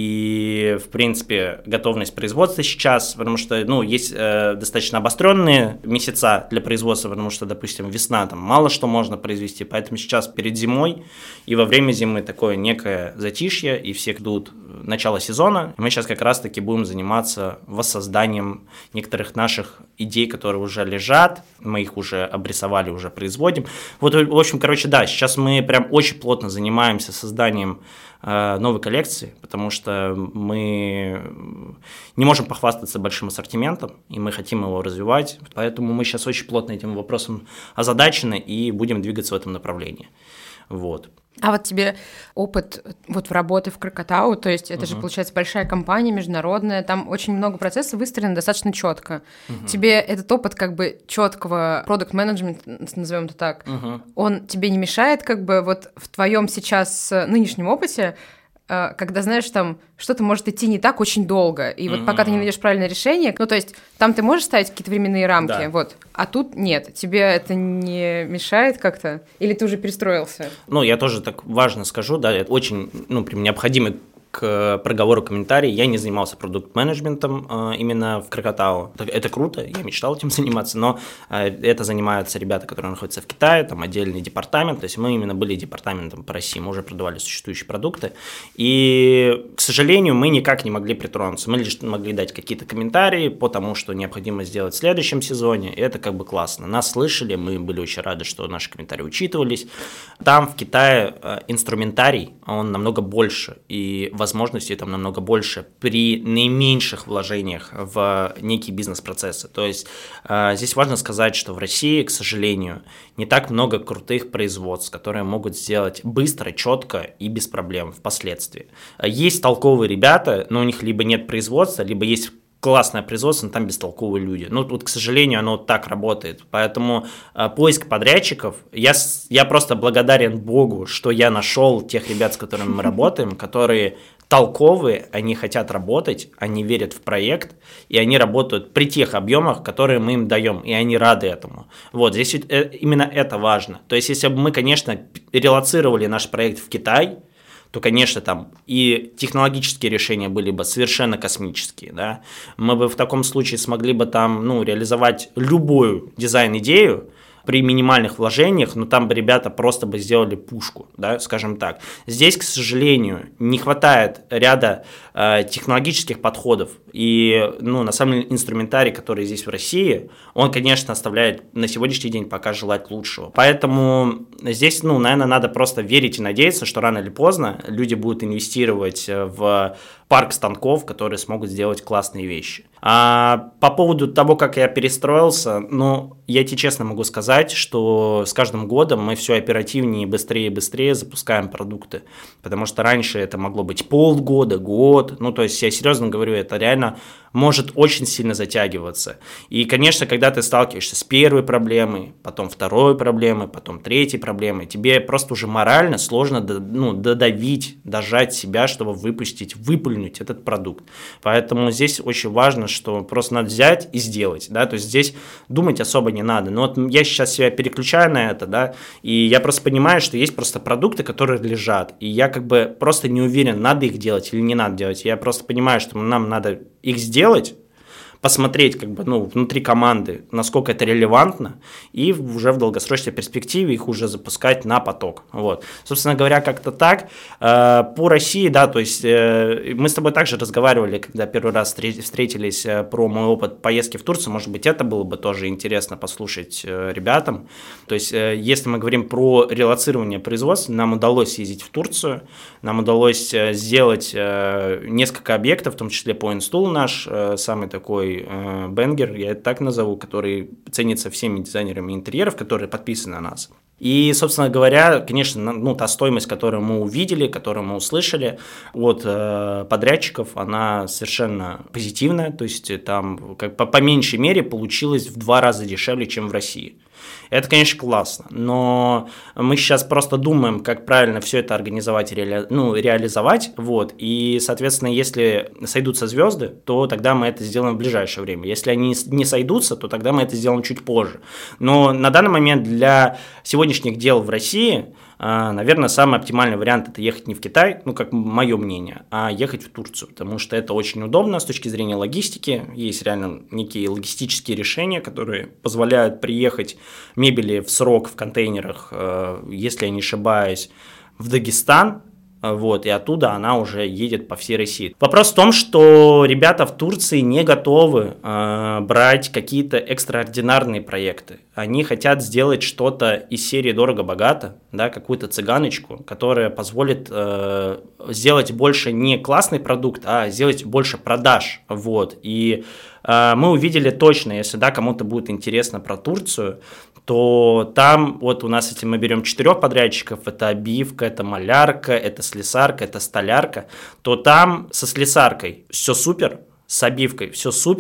и, в принципе, готовность производства сейчас, потому что, ну, есть э, достаточно обостренные месяца для производства, потому что, допустим, весна, там мало что можно произвести, поэтому сейчас перед зимой и во время зимы такое некое затишье, и все ждут начала сезона, и мы сейчас как раз-таки будем заниматься воссозданием некоторых наших идей, которые уже лежат, мы их уже обрисовали, уже производим. Вот, в общем, короче, да, сейчас мы прям очень плотно занимаемся созданием новой коллекции, потому что мы не можем похвастаться большим ассортиментом, и мы хотим его развивать, поэтому мы сейчас очень плотно этим вопросом озадачены и будем двигаться в этом направлении. Вот. А вот тебе опыт вот в работе в Крокотау, то есть это uh-huh. же, получается, большая компания, международная, там очень много процессов выстроено достаточно четко. Uh-huh. Тебе этот опыт как бы четкого продакт-менеджмента, назовем это так, uh-huh. он тебе не мешает как бы вот в твоем сейчас нынешнем опыте когда, знаешь, там что-то может идти не так очень долго, и вот mm-hmm. пока ты не найдешь правильное решение, ну, то есть там ты можешь ставить какие-то временные рамки, да. вот, а тут нет. Тебе это не мешает как-то? Или ты уже перестроился? Ну, я тоже так важно скажу, да, это очень, ну, прям необходимый к проговору комментарий, я не занимался продукт-менеджментом э, именно в Крокотау. Это, это круто, я мечтал этим заниматься, но э, это занимаются ребята, которые находятся в Китае, там отдельный департамент, то есть мы именно были департаментом по России, мы уже продавали существующие продукты, и, к сожалению, мы никак не могли притронуться, мы лишь могли дать какие-то комментарии по тому, что необходимо сделать в следующем сезоне, и это как бы классно. Нас слышали, мы были очень рады, что наши комментарии учитывались. Там, в Китае, э, инструментарий, он намного больше, и возможностей там намного больше при наименьших вложениях в некие бизнес-процессы. То есть э, здесь важно сказать, что в России, к сожалению, не так много крутых производств, которые могут сделать быстро, четко и без проблем впоследствии. Есть толковые ребята, но у них либо нет производства, либо есть классное производство, но там бестолковые люди. Ну, тут, к сожалению, оно вот так работает. Поэтому э, поиск подрядчиков, я, я просто благодарен Богу, что я нашел тех ребят, с которыми мы работаем, которые толковые, они хотят работать, они верят в проект, и они работают при тех объемах, которые мы им даем, и они рады этому. Вот, здесь именно это важно. То есть, если бы мы, конечно, релоцировали наш проект в Китай, то, конечно, там и технологические решения были бы совершенно космические, да, мы бы в таком случае смогли бы там, ну, реализовать любую дизайн-идею при минимальных вложениях, но там бы ребята просто бы сделали пушку, да, скажем так. Здесь, к сожалению, не хватает ряда э, технологических подходов, и, ну, на самом деле, инструментарий, который здесь в России, он, конечно, оставляет на сегодняшний день пока желать лучшего. Поэтому здесь, ну, наверное, надо просто верить и надеяться, что рано или поздно люди будут инвестировать в парк станков, которые смогут сделать классные вещи. А по поводу того, как я перестроился, ну, я тебе честно могу сказать, что с каждым годом мы все оперативнее, быстрее и быстрее запускаем продукты, потому что раньше это могло быть полгода, год, ну, то есть я серьезно говорю, это реально может очень сильно затягиваться. И, конечно, когда ты сталкиваешься с первой проблемой, потом второй проблемой, потом третьей проблемой, тебе просто уже морально сложно, ну, додавить, дожать себя, чтобы выпустить, выплюнуть этот продукт. Поэтому здесь очень важно, что просто надо взять и сделать, да, то есть здесь думать особо не надо. Но вот я сейчас себя переключаю на это, да, и я просто понимаю, что есть просто продукты, которые лежат, и я как бы просто не уверен, надо их делать или не надо делать. Я просто понимаю, что нам надо их сделать, посмотреть как бы, ну, внутри команды, насколько это релевантно, и уже в долгосрочной перспективе их уже запускать на поток. Вот. Собственно говоря, как-то так. По России, да, то есть мы с тобой также разговаривали, когда первый раз встретились, про мой опыт поездки в Турцию, может быть, это было бы тоже интересно послушать ребятам. То есть если мы говорим про релоцирование производства, нам удалось съездить в Турцию, нам удалось сделать несколько объектов, в том числе по инстулу наш, самый такой бенгер, я это так назову, который ценится всеми дизайнерами интерьеров, которые подписаны на нас. И, собственно говоря, конечно, ну, та стоимость, которую мы увидели, которую мы услышали от э, подрядчиков, она совершенно позитивная, то есть там как по, по меньшей мере получилось в два раза дешевле, чем в России. Это, конечно, классно, но мы сейчас просто думаем, как правильно все это организовать и реали... ну, реализовать, вот, и, соответственно, если сойдутся звезды, то тогда мы это сделаем в ближайшее время, если они не сойдутся, то тогда мы это сделаем чуть позже, но на данный момент для сегодняшних дел в России, наверное, самый оптимальный вариант – это ехать не в Китай, ну, как мое мнение, а ехать в Турцию, потому что это очень удобно с точки зрения логистики, есть реально некие логистические решения, которые позволяют приехать мебели в срок в контейнерах, если я не ошибаюсь, в Дагестан, вот, и оттуда она уже едет по всей России. Вопрос в том, что ребята в Турции не готовы э, брать какие-то экстраординарные проекты. Они хотят сделать что-то из серии «Дорого-богато», да, какую-то цыганочку, которая позволит э, сделать больше не классный продукт, а сделать больше продаж. Вот, и э, мы увидели точно, если да, кому-то будет интересно про Турцию, то там вот у нас, если мы берем четырех подрядчиков, это обивка, это малярка, это слесарка, это столярка, то там со слесаркой все супер, с обивкой все супер,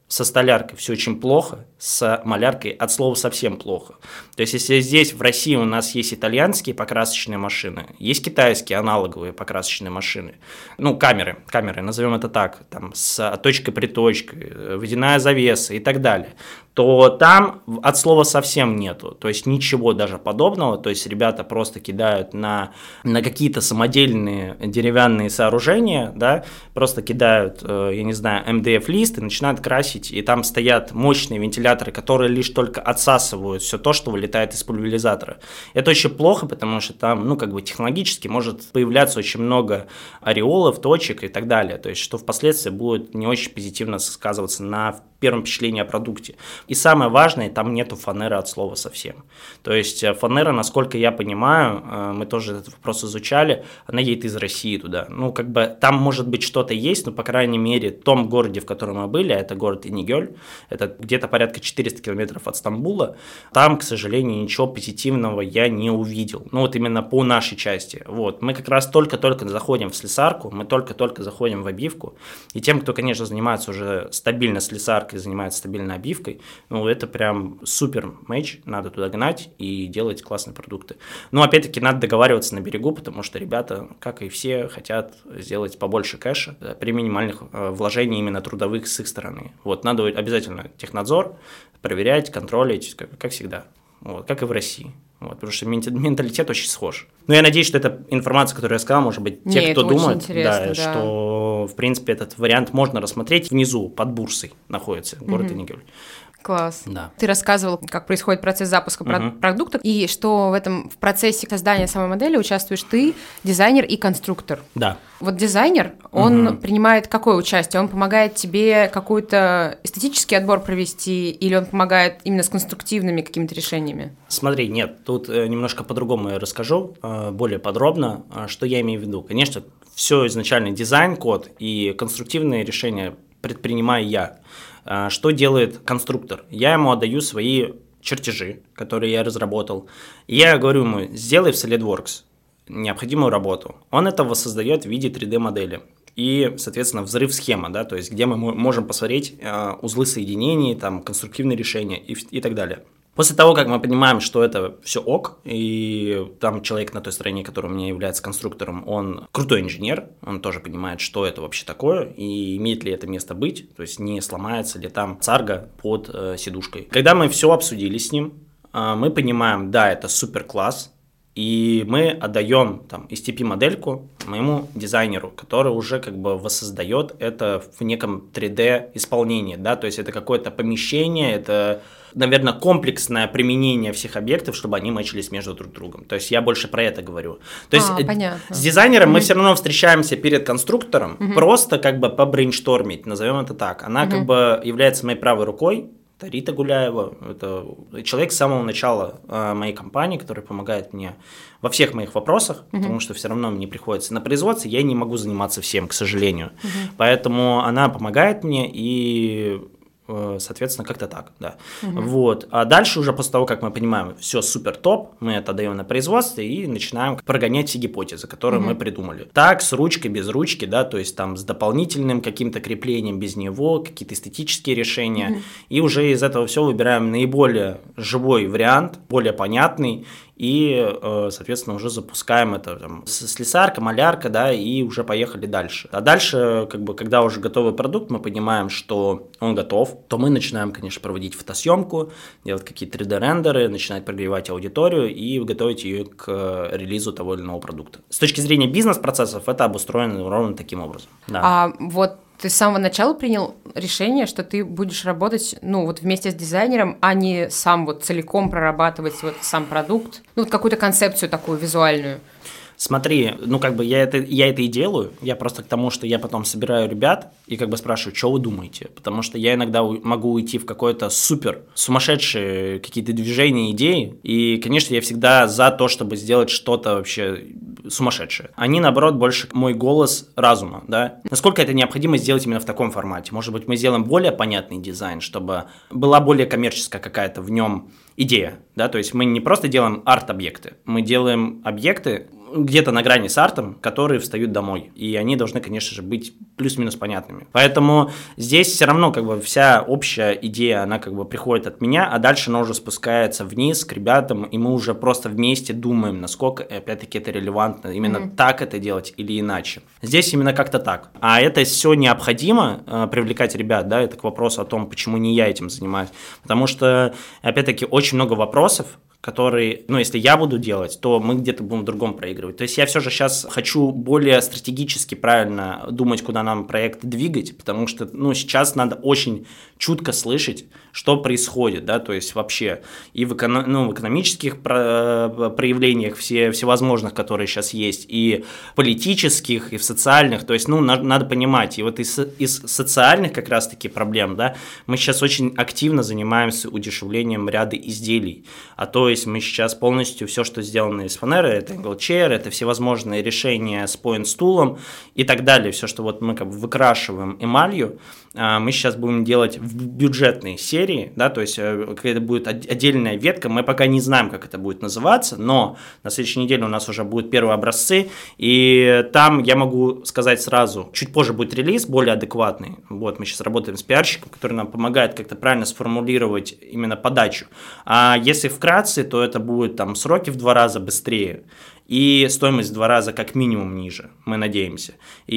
со столяркой все очень плохо, с маляркой от слова совсем плохо. То есть, если здесь в России у нас есть итальянские покрасочные машины, есть китайские аналоговые покрасочные машины, ну, камеры, камеры, назовем это так, там, с точкой-приточкой, водяная завеса и так далее, то там от слова совсем нету, то есть ничего даже подобного, то есть ребята просто кидают на, на какие-то самодельные деревянные сооружения, да, просто кидают, я не знаю, эм дэ эф-лист и начинают красить, и там стоят мощные вентиляторы, которые лишь только отсасывают все то, что вылетает из пульверизатора. Это очень плохо, потому что там, ну, как бы технологически может появляться очень много ореолов, точек и так далее, то есть что впоследствии будет не очень позитивно сказываться на первом впечатлении о продукте. И самое важное, там нету фанеры от слова совсем. То есть фанера, насколько я понимаю, мы тоже этот вопрос изучали, она едет из России туда. Ну, как бы там может быть что-то есть, но, по крайней мере, в том городе, в котором мы были, а это город Инегёль, это где-то порядка четыреста километров от Стамбула, там, к сожалению, ничего позитивного я не увидел. Ну, вот именно по нашей части. Вот. Мы как раз только-только заходим в слесарку, мы только-только заходим в обивку, и тем, кто, конечно, занимается уже стабильно слесаркой, занимается стабильной обивкой, ну, это прям супер матч, надо туда гнать и делать классные продукты. Но, опять-таки, надо договариваться на берегу, потому что ребята, как и все, хотят сделать побольше кэша при минимальных вложениях именно трудовых с их стороны. Вот, надо обязательно технадзор проверять, контролить, как, как всегда, вот, как и в России. Вот, потому что менталитет очень схож. Но я надеюсь, что эта информация, которую я сказал, может быть, те, Не, кто думает, да, да. что, в принципе, этот вариант можно рассмотреть. Внизу, под бурсой, находится город mm-hmm. Инегёль. Класс. Да. Ты рассказывал, как происходит процесс запуска uh-huh. продуктов, и что в этом в процессе создания самой модели участвуешь ты, дизайнер и конструктор. Да. Вот дизайнер, он uh-huh. принимает какое участие? Он помогает тебе какой-то эстетический отбор провести, или он помогает именно с конструктивными какими-то решениями? Смотри, нет, тут немножко по-другому я расскажу, более подробно, что я имею в виду. Конечно, все изначально дизайн-код и конструктивные решения предпринимаю я. Что делает конструктор? Я ему отдаю свои чертежи, которые я разработал. И я говорю ему, сделай в SolidWorks необходимую работу. Он это воссоздает в виде три дэ-модели. И, соответственно, взрыв схема, да, то есть где мы можем посмотреть узлы соединений, там, конструктивные решения и, и так далее. После того, как мы понимаем, что это все ок, и там человек на той стороне, который у меня является конструктором, он крутой инженер, он тоже понимает, что это вообще такое, и имеет ли это место быть, то есть не сломается ли там царга под э, сидушкой. Когда мы все обсудили с ним, э, мы понимаем, да, это супер класс, и мы отдаем там эс ти пи-модельку моему дизайнеру, который уже как бы воссоздает это в неком три дэ-исполнении, да, то есть это какое-то помещение, это, наверное, комплексное применение всех объектов, чтобы они мэчились между друг другом. То есть я больше про это говорю. То есть а, с дизайнером mm-hmm. мы все равно встречаемся перед конструктором, mm-hmm. просто как бы побрейнштормить, назовем это так. Она mm-hmm. как бы является моей правой рукой. Это Рита Гуляева, это человек с самого начала э, моей компании, который помогает мне во всех моих вопросах, uh-huh. потому что все равно мне приходится на производстве, я не могу заниматься всем, к сожалению. Uh-huh. Поэтому она помогает мне и, э, соответственно, как-то так, да. Uh-huh. Вот. А дальше уже после того, как мы понимаем, все супер топ, мы это даем на производстве и начинаем прогонять все гипотезы, которые uh-huh. мы придумали. Так, с ручкой, без ручки, да, то есть там с дополнительным каким-то креплением, без него, какие-то эстетические решения. Uh-huh. И уже из этого все выбираем наиболее живой вариант, более понятный. И, соответственно, уже запускаем это там, слесарка, малярка, да, и уже поехали дальше. А дальше, как бы, когда уже готовый продукт, мы понимаем, что он готов, то мы начинаем, конечно, проводить фотосъемку, делать какие-то три дэ-рендеры, начинать прогревать аудиторию и готовить ее к релизу того или иного продукта. С точки зрения бизнес-процессов это обустроено ровно таким образом. Да. А вот ты с самого начала принял решение, что ты будешь работать, ну, вот вместе с дизайнером, а не сам вот целиком прорабатывать вот сам продукт, ну, вот какую-то концепцию такую визуальную? Смотри, ну как бы я это, я это и делаю, я просто к тому, что я потом собираю ребят и как бы спрашиваю, что вы думаете, потому что я иногда у, могу уйти в какое-то супер сумасшедшие какие-то движения, идеи, и, конечно, я всегда за то, чтобы сделать что-то вообще сумасшедшее. Они, наоборот, больше мой голос разума, да, насколько это необходимо сделать именно в таком формате. Может быть, мы сделаем более понятный дизайн, чтобы была более коммерческая какая-то в нем идея, да, то есть мы не просто делаем арт-объекты, мы делаем объекты, где-то на грани с артом, которые встают домой. И они должны, конечно же, быть плюс-минус понятными. Поэтому здесь все равно как бы вся общая идея, она как бы приходит от меня, а дальше она уже спускается вниз к ребятам, и мы уже просто вместе думаем, насколько, опять-таки, это релевантно, именно mm-hmm. так это делать или иначе. Здесь именно как-то так. А это все необходимо, э, привлекать ребят, да, это к вопросу о том, почему не я этим занимаюсь. Потому что, опять-таки, очень много вопросов, которые, ну, если я буду делать, то мы где-то будем в другом проигрывать. То есть я все же сейчас хочу более стратегически правильно думать, куда нам проект двигать, потому что, ну, сейчас надо очень чутко слышать, что происходит, да, то есть вообще и в, эко... ну, в экономических про... проявлениях все... всевозможных, которые сейчас есть, и в политических, и в социальных, то есть, ну, на... надо понимать, и вот из... из социальных как раз-таки проблем, да, мы сейчас очень активно занимаемся удешевлением ряда изделий, а то есть мы сейчас полностью все, что сделано из фанеры, это angle chair, это всевозможные решения с point-стулом и так далее, все, что вот мы как бы выкрашиваем эмалью, мы сейчас будем делать в бюджетной серии, да, то есть это будет отдельная ветка, мы пока не знаем, как это будет называться, но на следующей неделе у нас уже будут первые образцы, и там я могу сказать сразу, чуть позже будет релиз, более адекватный, вот, мы сейчас работаем с пиарщиком, который нам помогает как-то правильно сформулировать именно подачу, а если вкратце, то это будет там сроки в два раза быстрее, и стоимость в два раза как минимум ниже, мы надеемся.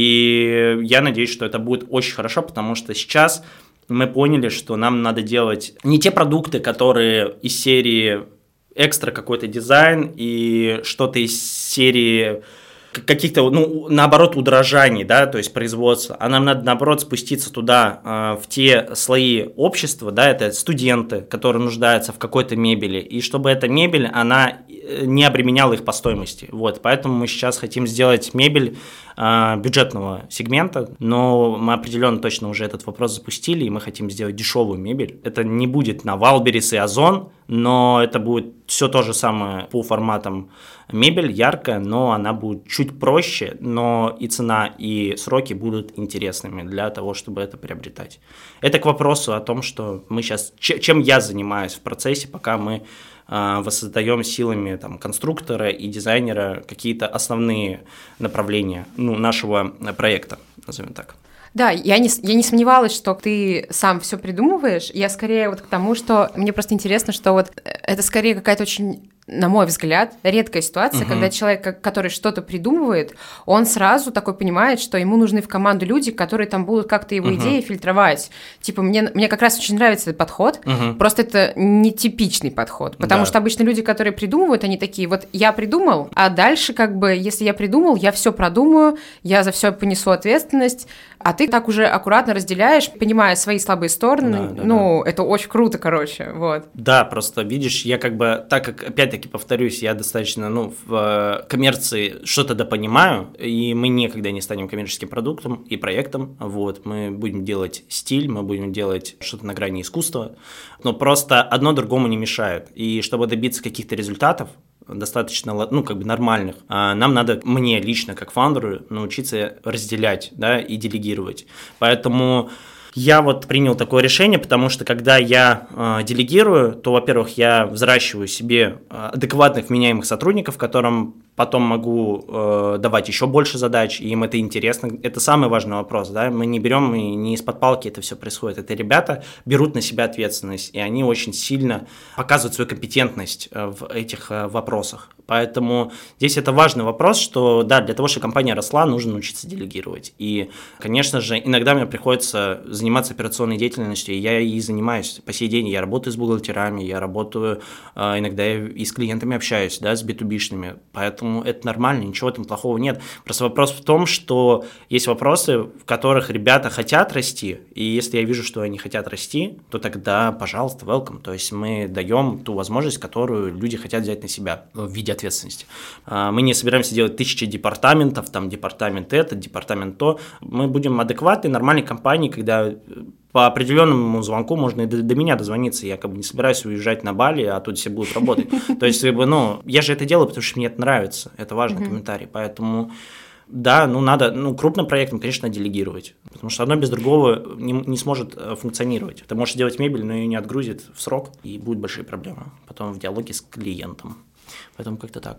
И я надеюсь, что это будет очень хорошо, потому что сейчас мы поняли, что нам надо делать не те продукты, которые из серии экстра какой-то дизайн и что-то из серии каких-то, ну, наоборот, удорожаний, да, то есть производства, а нам надо, наоборот, спуститься туда, э, в те слои общества, да, это студенты, которые нуждаются в какой-то мебели, и чтобы эта мебель, она не обременяла их по стоимости, вот, поэтому мы сейчас хотим сделать мебель э, бюджетного сегмента, но мы определенно точно уже этот вопрос запустили, и мы хотим сделать дешевую мебель, это не будет на Валберис и Озон, но это будет все то же самое по форматам мебель, яркая, но она будет чуть проще, но и цена, и сроки будут интересными для того, чтобы это приобретать. Это к вопросу о том, что мы сейчас, чем я занимаюсь в процессе, пока мы э, воссоздаем силами там, конструктора и дизайнера какие-то основные направления, ну, нашего проекта, назовем так. Да, я не, я не сомневалась, что ты сам все придумываешь. Я скорее вот к тому, что мне просто интересно, что вот это скорее какая-то очень, на мой взгляд, редкая ситуация, угу. когда человек, который что-то придумывает, он сразу такой понимает, что ему нужны в команду люди, которые там будут как-то его угу. идеи фильтровать. Типа, мне, мне как раз очень нравится этот подход, угу. просто это нетипичный подход, потому да. что обычно люди, которые придумывают, они такие, вот я придумал, а дальше как бы, если я придумал, я все продумаю, я за все понесу ответственность, а ты так уже аккуратно разделяешь, понимая свои слабые стороны, да, да, ну, да. это очень круто, короче, вот. Да, просто, видишь, я как бы, так как, опять-таки, повторюсь, я достаточно, ну, в коммерции что-то допонимаю, и мы никогда не станем коммерческим продуктом и проектом, вот, мы будем делать стиль, мы будем делать что-то на грани искусства, но просто одно другому не мешает, и чтобы добиться каких-то результатов, достаточно, ну, как бы нормальных. Нам надо, мне лично, как фаундеру, научиться разделять, да, и делегировать. Поэтому я вот принял такое решение, потому что когда я э, делегирую, то, во-первых, я взращиваю себе адекватных, вменяемых сотрудников, которым потом могу э, давать еще больше задач, и им это интересно. Это самый важный вопрос, да, мы не берем и не из-под палки это все происходит. Это ребята берут на себя ответственность, и они очень сильно показывают свою компетентность в этих э, вопросах. Поэтому здесь это важный вопрос, что, да, для того, чтобы компания росла, нужно научиться делегировать. И, конечно же, иногда мне приходится заниматься операционной деятельностью, и я и занимаюсь по сей день. Я работаю с бухгалтерами, я работаю, э, иногда я и с клиентами общаюсь, да, с би ту би-шными, поэтому это нормально, ничего там плохого нет. Просто вопрос в том, что есть вопросы, в которых ребята хотят расти, и если я вижу, что они хотят расти, то тогда, пожалуйста, welcome. То есть мы даем ту возможность, которую люди хотят взять на себя в виде ответственности. Мы не собираемся делать тысячи департаментов, там департамент это, департамент то. Мы будем адекватной, нормальной компанией, когда по определенному звонку можно и до, до меня дозвониться, я как бы не собираюсь уезжать на Бали, а тут все будут работать. То есть, как бы, ну, я же это делаю, потому что мне это нравится, это важный комментарий, поэтому... Да, ну надо, ну крупным проектам, конечно, делегировать, потому что одно без другого не, не сможет функционировать. Ты можешь делать мебель, но ее не отгрузит в срок, и будут большие проблемы потом в диалоге с клиентом. Поэтому как-то так.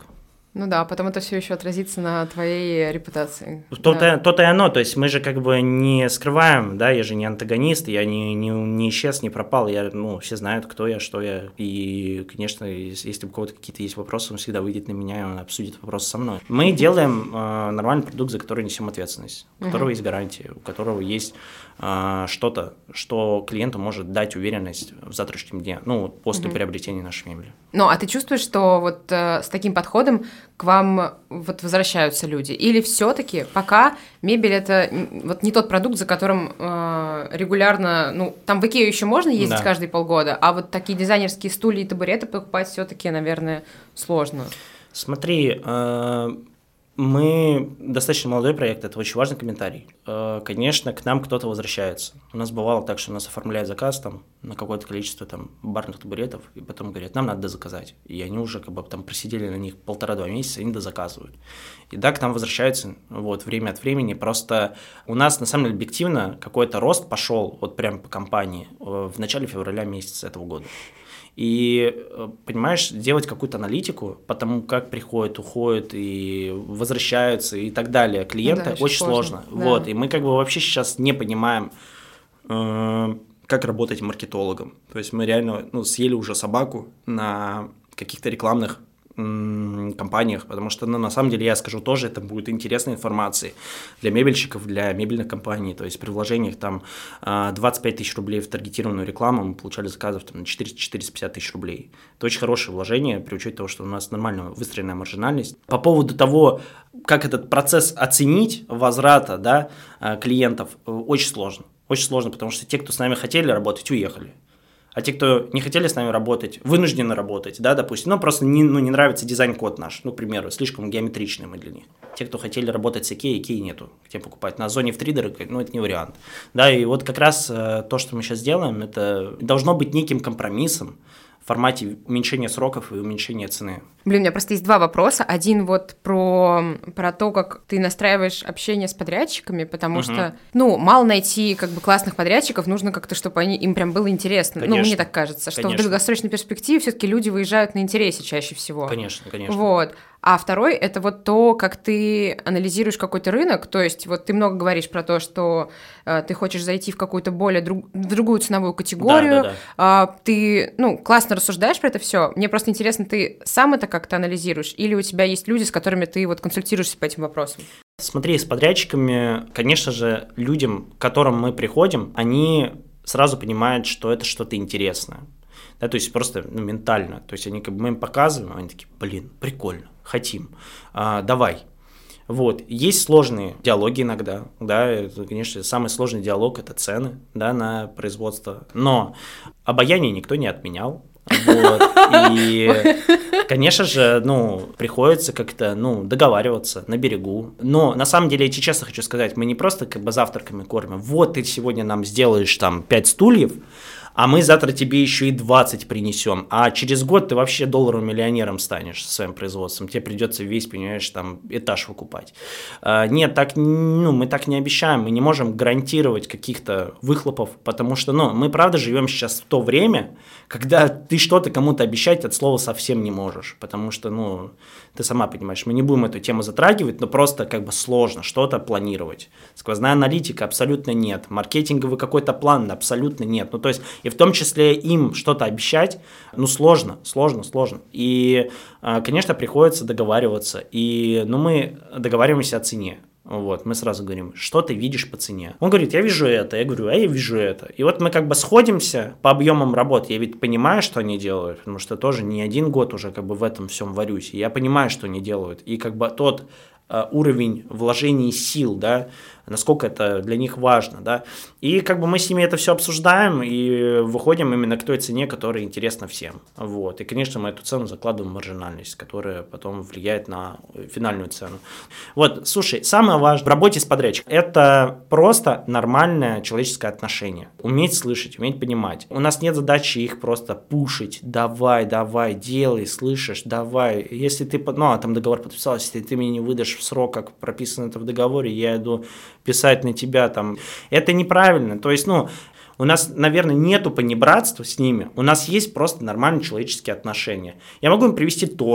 Ну да, потом это все еще отразится на твоей репутации. То-то, да. то-то и оно, то есть мы же как бы не скрываем, да, я же не антагонист, я не, не, не исчез, не пропал, я, ну, все знают, кто я, что я, и, конечно, если у кого-то какие-то есть вопросы, он всегда выйдет на меня, и он обсудит вопросы со мной. Мы делаем э, нормальный продукт, за который несем ответственность, у которого uh-huh. есть гарантия, у которого есть э, что-то, что клиенту может дать уверенность в завтрашнем дне, ну, после uh-huh. приобретения нашей мебели. Ну, а ты чувствуешь, что вот э, с таким подходом к вам вот возвращаются люди? Или все-таки пока мебель это вот не тот продукт, за которым э, регулярно, ну, там в Икею еще можно ездить да. каждые полгода, а вот такие дизайнерские стулья и табуреты покупать все-таки, наверное, сложно. Смотри, э, мы достаточно молодой проект, это очень важный комментарий. Э, конечно, к нам кто-то возвращается. У нас бывало так, что у нас оформляют заказ там на какое-то количество там барных табуретов, и потом говорят, нам надо дозаказать. И они уже как бы там просидели на них полтора-два месяца, они дозаказывают. И да, к нам возвращаются вот, время от времени, просто у нас на самом деле объективно какой-то рост пошел вот прямо по компании в начале февраля месяца этого года. И, понимаешь, делать какую-то аналитику по тому, как приходят, уходят и возвращаются и так далее клиенты, да, очень, очень сложно. сложно. Да. Вот, и мы как бы вообще сейчас не понимаем, э, как работать маркетологом. То есть мы реально ну, съели уже собаку на каких-то рекламных компаниях, потому что, ну, на самом деле, я скажу тоже, это будет интересной информацией для мебельщиков, для мебельных компаний, то есть при вложениях там двадцать пять тысяч рублей в таргетированную рекламу мы получали заказов там, на четыреста-четыреста пятьдесят тысяч рублей. Это очень хорошее вложение, при учете того, что у нас нормально выстроенная маржинальность. По поводу того, как этот процесс оценить возврата да, клиентов, очень сложно. Очень сложно, потому что те, кто с нами хотели работать, уехали. А те, кто не хотели с нами работать, вынуждены работать, да, допустим, ну, просто не, ну, не нравится дизайн-код наш, ну, к примеру, слишком геометричный мы для них. Те, кто хотели работать с Икеей, Икеи нету, где покупать. На Озоне в три дорого, ну, это не вариант. Да, и вот как раз э, то, что мы сейчас делаем, это должно быть неким компромиссом в формате уменьшения сроков и уменьшения цены. Блин, у меня просто есть два вопроса. Один вот про, про то, как ты настраиваешь общение с подрядчиками, потому угу. что, ну, мало найти как бы классных подрядчиков, нужно как-то, чтобы они, им прям было интересно. Конечно. Ну, мне так кажется, что конечно. В долгосрочной перспективе все-таки люди выезжают на интересе чаще всего. Конечно, конечно. Вот. А второй – это вот то, как ты анализируешь какой-то рынок, то есть вот ты много говоришь про то, что э, ты хочешь зайти в какую-то более друг, другую ценовую категорию, да, да, да. Э, ты, ну, классно рассуждаешь про это все. Мне просто интересно, ты сам это как-то анализируешь, или у тебя есть люди, с которыми ты вот консультируешься по этим вопросам? Смотри, с подрядчиками, конечно же, людям, к которым мы приходим, они сразу понимают, что это что-то интересное. Да, то есть просто ну, ментально. То есть они как бы мы им показываем, они такие, блин, прикольно, хотим, а, давай. Вот. Есть сложные диалоги иногда, да, это, конечно, самый сложный диалог – это цены, да, на производство, но обаяние никто не отменял. Вот. И, конечно же, ну, приходится как-то, ну, договариваться на берегу. Но, на самом деле, я тебе честно хочу сказать, мы не просто как бы завтраками кормим. Вот ты сегодня нам сделаешь там пять стульев, а мы завтра тебе еще и двадцать принесем, а через год ты вообще долларовым миллионером станешь со своим производством, тебе придется весь, понимаешь, там этаж выкупать. А, нет, так, ну, мы так не обещаем, мы не можем гарантировать каких-то выхлопов, потому что, ну, мы правда живем сейчас в то время, когда ты что-то кому-то обещать от слова совсем не можешь, потому что, ну, ты сама понимаешь, мы не будем эту тему затрагивать, но просто как бы сложно что-то планировать. Сквозная аналитика абсолютно нет, маркетинговый какой-то план абсолютно нет, ну, то есть и в том числе им что-то обещать, ну, сложно, сложно, сложно. И, конечно, приходится договариваться. И, ну, мы договариваемся о цене. Вот, мы сразу говорим, что ты видишь по цене? Он говорит, я вижу это, я говорю, а я вижу это. И вот мы как бы сходимся по объемам работ. Я ведь понимаю, что они делают, потому что тоже не один год уже как бы в этом всем варюсь. И я понимаю, что они делают. И как бы тот э, уровень вложений сил, да, насколько это для них важно, да. И как бы мы с ними это все обсуждаем и выходим именно к той цене, которая интересна всем. Вот. И, конечно, мы эту цену закладываем в маржинальность, которая потом влияет на финальную цену. Вот, слушай, самое важное в работе с подрядчиком – это просто нормальное человеческое отношение. Уметь слышать, уметь понимать. У нас нет задачи их просто пушить. Давай, давай, делай, слышишь, давай. Если ты, ну, а там договор подписал, если ты мне не выдашь в срок, как прописано это в договоре, я иду писать на тебя там. Это неправильно. То есть, ну, у нас, наверное, нету понебратства с ними. У нас есть просто нормальные человеческие отношения. Я могу им привезти торт,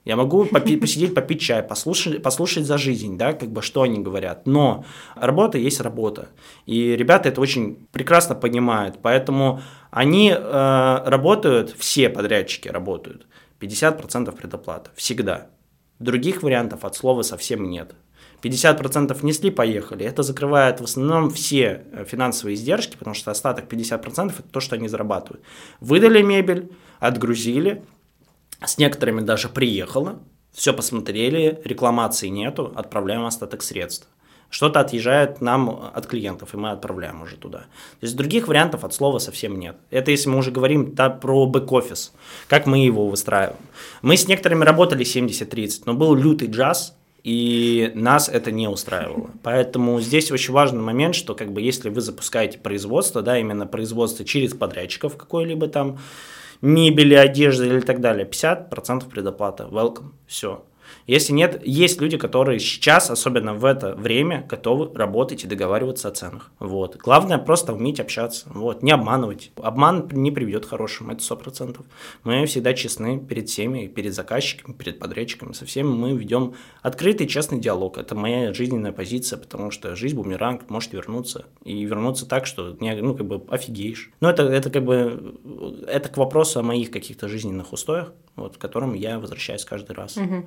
Я могу попи- посидеть, попить чай, послушать, послушать за жизнь, да, как бы, что они говорят. Но работа есть работа. И ребята это очень прекрасно понимают. Поэтому они э, работают, все подрядчики работают, пятьдесят процентов предоплата. Всегда. Других вариантов от слова совсем нет. пятьдесят процентов внесли, поехали. Это закрывает в основном все финансовые издержки, потому что остаток пятьдесят процентов это то, что они зарабатывают. Выдали мебель, отгрузили. С некоторыми даже приехала, все посмотрели, рекламации нету, отправляем остаток средств. Что-то отъезжает нам от клиентов, и мы отправляем уже туда. То есть других вариантов от слова совсем нет. Это если мы уже говорим да, про бэк-офис, как мы его выстраиваем. Мы с некоторыми работали семьдесят тридцать, но был лютый джаз, и нас это не устраивало. Поэтому здесь очень важный момент, что как бы если вы запускаете производство, да, именно производство через подрядчиков какой-либо там, мебели, одежды или так далее, пятьдесят процентов предоплата, welcome, все. Если нет, есть люди, которые сейчас, особенно в это время, готовы работать и договариваться о ценах. Вот. Главное просто уметь общаться, вот. Не обманывать. Обман не приведет к хорошему, это сто процентов. Мы всегда честны перед всеми, перед заказчиками, перед подрядчиками, со всеми мы ведем открытый, честный диалог. Это моя жизненная позиция, потому что жизнь бумеранг, может вернуться. И вернуться так, что ну, как бы офигеешь. Но это, это как бы это к вопросу о моих каких-то жизненных устоях, вот, к которым я возвращаюсь каждый раз. Угу.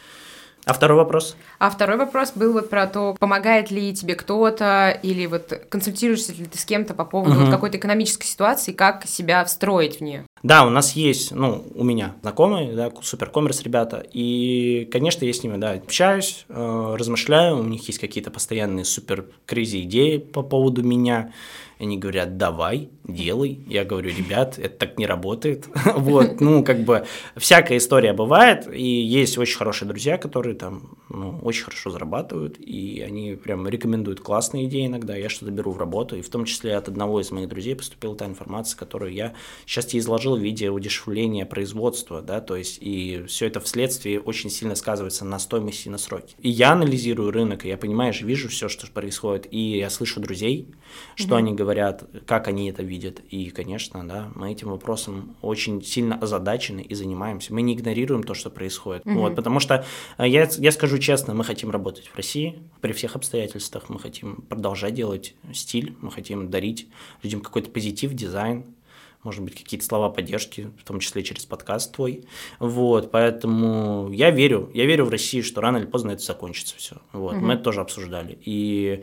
А второй вопрос? А второй вопрос был вот про то, помогает ли тебе кто-то, или вот консультируешься ли ты с кем-то по поводу угу. вот какой-то экономической ситуации, как себя встроить в нее? Да, у нас есть, ну, у меня знакомые, да, суперкоммерс ребята, и, конечно, я с ними, да, общаюсь, э, размышляю, у них есть какие-то постоянные супер-кризи идеи по поводу меня. Они говорят, давай, делай. Я говорю, ребят, это так не работает. Вот, ну, как бы, всякая история бывает, и есть очень хорошие друзья, которые там, ну, очень хорошо зарабатывают, и они прям рекомендуют классные идеи иногда. Я что-то беру в работу, и в том числе от одного из моих друзей поступила та информация, которую я сейчас тебе изложил в виде удешевления производства, да, то есть, и все это вследствие очень сильно сказывается на стоимости и на сроке. И я анализирую рынок, и я, понимаешь, вижу все, что происходит, и я слышу друзей, что mm-hmm. они говорят, говорят, как они это видят. И, конечно, да, мы этим вопросом очень сильно озадачены и занимаемся. Мы не игнорируем то, что происходит. Mm-hmm. Вот, потому что, я, я скажу честно, мы хотим работать в России при всех обстоятельствах, мы хотим продолжать делать стиль, мы хотим дарить людям какой-то позитив, дизайн, может быть, какие-то слова поддержки, в том числе через подкаст твой. Вот, поэтому я верю, я верю в Россию, что рано или поздно это закончится все. Вот, mm-hmm. мы это тоже обсуждали. И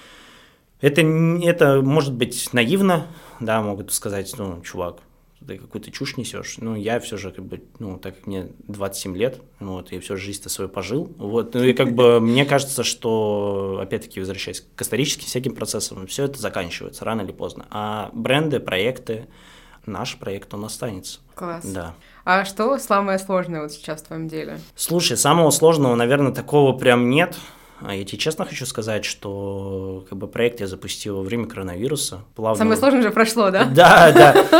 Это, это может быть наивно, да, могут сказать, ну, чувак, ты какую-то чушь несешь. Ну, я все же, как бы, ну, так как мне двадцать семь лет, вот, я все же жизнь-то свою пожил, вот, ну, и как бы мне кажется, что, опять-таки, возвращаясь к историческим всяким процессам, все это заканчивается рано или поздно. А бренды, проекты, наш проект, он останется. Класс. Да. А что самое сложное вот сейчас в твоем деле? Слушай, самого сложного, наверное, такого прям нет. Я тебе честно хочу сказать, что как бы, проект я запустил во время коронавируса. Плавно... Самое сложное уже прошло, да? Да,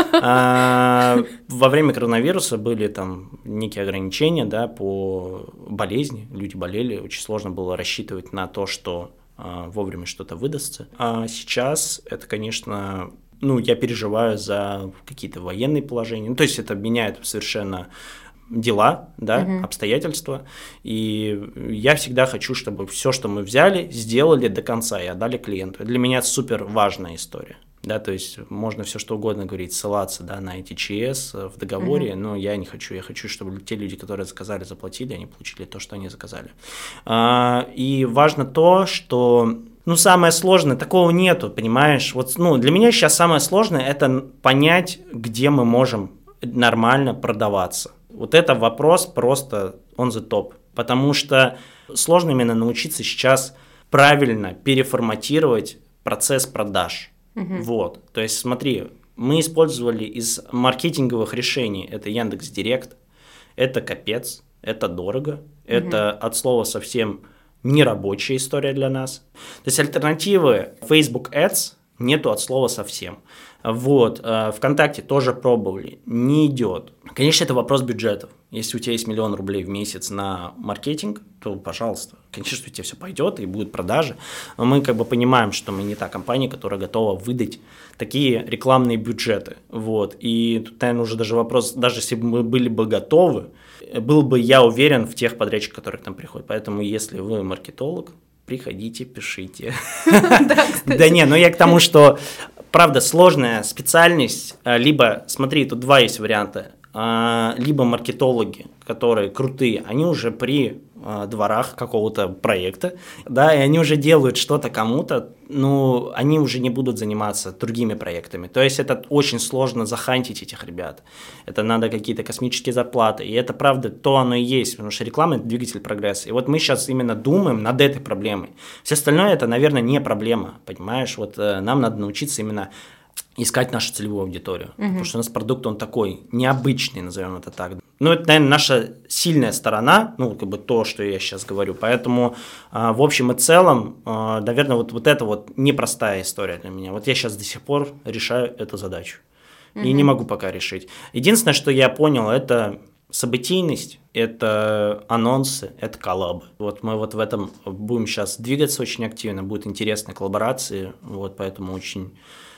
да. Во время коронавируса были там некие ограничения, да, по болезни. Люди болели, очень сложно было рассчитывать на то, что вовремя что-то выдастся. А сейчас это, конечно, ну, я переживаю за какие-то военные положения. Ну, то есть это меняет совершенно... дела, да, uh-huh. обстоятельства, и я всегда хочу, чтобы все, что мы взяли, сделали до конца и отдали клиенту. Для меня супер важная история, да, то есть можно все что угодно говорить, ссылаться, да, на эти ЧС в договоре, uh-huh. но я не хочу, я хочу, чтобы те люди, которые заказали, заплатили, они получили то, что они заказали. А, и важно то, что ну, самое сложное, такого нету, понимаешь, вот, ну, для меня сейчас самое сложное – это понять, где мы можем нормально продаваться. Вот это вопрос просто on the top, потому что сложно именно научиться сейчас правильно переформатировать процесс продаж. Uh-huh. Вот, то есть смотри, мы использовали из маркетинговых решений, это Яндекс.Директ, это капец, это дорого, uh-huh. это от слова совсем нерабочая история для нас. То есть альтернативы Facebook Ads нету от слова совсем. Вот, ВКонтакте тоже пробовали, не идет. Конечно, это вопрос бюджетов. Если у тебя есть миллион рублей в месяц на маркетинг, то, пожалуйста, конечно, у тебя все пойдет и будут продажи. Но мы как бы понимаем, что мы не та компания, которая готова выдать такие рекламные бюджеты. Вот, и тут, наверное, уже даже вопрос, даже если бы мы были бы готовы, был бы я уверен в тех подрядчиках, которые к нам приходят. Поэтому, если вы маркетолог, приходите, пишите. Да не, но я к тому, что, правда, сложная специальность, либо, смотри, тут два есть варианта, либо маркетологи, которые крутые, они уже при дворах какого-то проекта, да, и они уже делают что-то кому-то, ну, они уже не будут заниматься другими проектами. То есть это очень сложно захантить этих ребят. Это надо какие-то космические зарплаты. И это, правда, то оно и есть, потому что реклама – это двигатель прогресса. И вот мы сейчас именно думаем над этой проблемой. Все остальное – это, наверное, не проблема, понимаешь? Вот э, нам надо научиться именно искать нашу целевую аудиторию, угу. Потому что у нас продукт, он такой необычный, назовем это так. Ну, это, наверное, наша сильная сторона, ну, как бы то, что я сейчас говорю. Поэтому, э, в общем и целом, э, наверное, вот, вот это вот непростая история для меня. Вот я сейчас до сих пор решаю эту задачу. Угу. И не могу пока решить. Единственное, что я понял, это событийность, это анонсы, это коллабы. Вот мы вот в этом будем сейчас двигаться очень активно, будут интересные коллаборации, вот поэтому очень...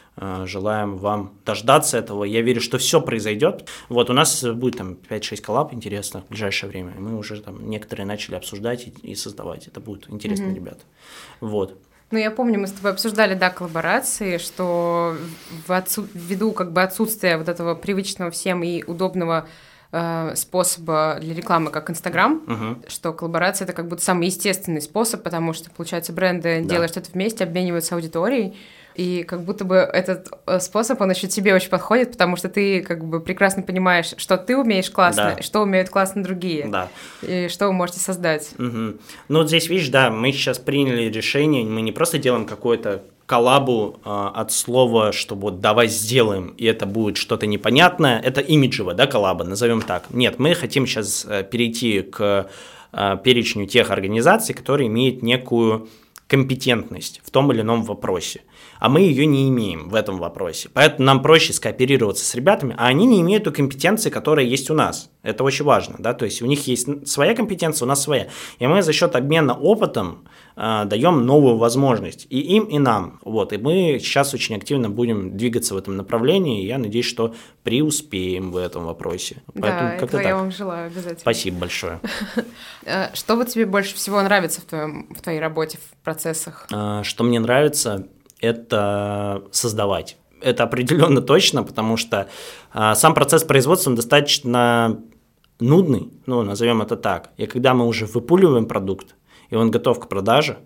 желаем вам дождаться этого. Я верю, что все произойдет. Вот у нас будет там пять-шесть коллаб интересных в ближайшее время. Мы уже там некоторые начали обсуждать и, и создавать. Это будут интересные mm-hmm. ребята. Вот. Ну, я помню, мы с тобой обсуждали, да, коллаборации, что в отсу... ввиду как бы отсутствия вот этого привычного всем и удобного э, способа для рекламы, как Инстаграм, uh-huh. что коллаборация – это как будто самый естественный способ, потому что, получается, бренды да. делают что-то вместе, обмениваются аудиторией, и как будто бы этот способ, он еще тебе очень подходит, потому что ты как бы прекрасно понимаешь, что ты умеешь классно, да. что умеют классно другие, да. и что вы можете создать. Угу. Ну вот здесь, видишь, да, мы сейчас приняли решение, мы не просто делаем какое-то коллабу э, от слова, что вот давай сделаем, и это будет что-то непонятное, это имиджево, да, коллаба, назовем так. Нет, мы хотим сейчас э, перейти к э, перечню тех организаций, которые имеют некую компетентность в том или ином вопросе. А мы ее не имеем в этом вопросе. Поэтому нам проще скооперироваться с ребятами, а они не имеют той компетенции, которая есть у нас. Это очень важно, да, то есть у них есть своя компетенция, у нас своя. И мы за счет обмена опытом э, даем новую возможность и им, и нам. Вот, и мы сейчас очень активно будем двигаться в этом направлении, и я надеюсь, что преуспеем в этом вопросе. Поэтому да, этого я вам желаю обязательно. Спасибо большое. Что вот тебе больше всего нравится в, твоем, в твоей работе, в процессах? Что мне нравится, это создавать. Это определенно точно, потому что а, сам процесс производства он достаточно нудный, ну, назовем это так. И когда мы уже выпуливаем продукт, и он готов к продаже,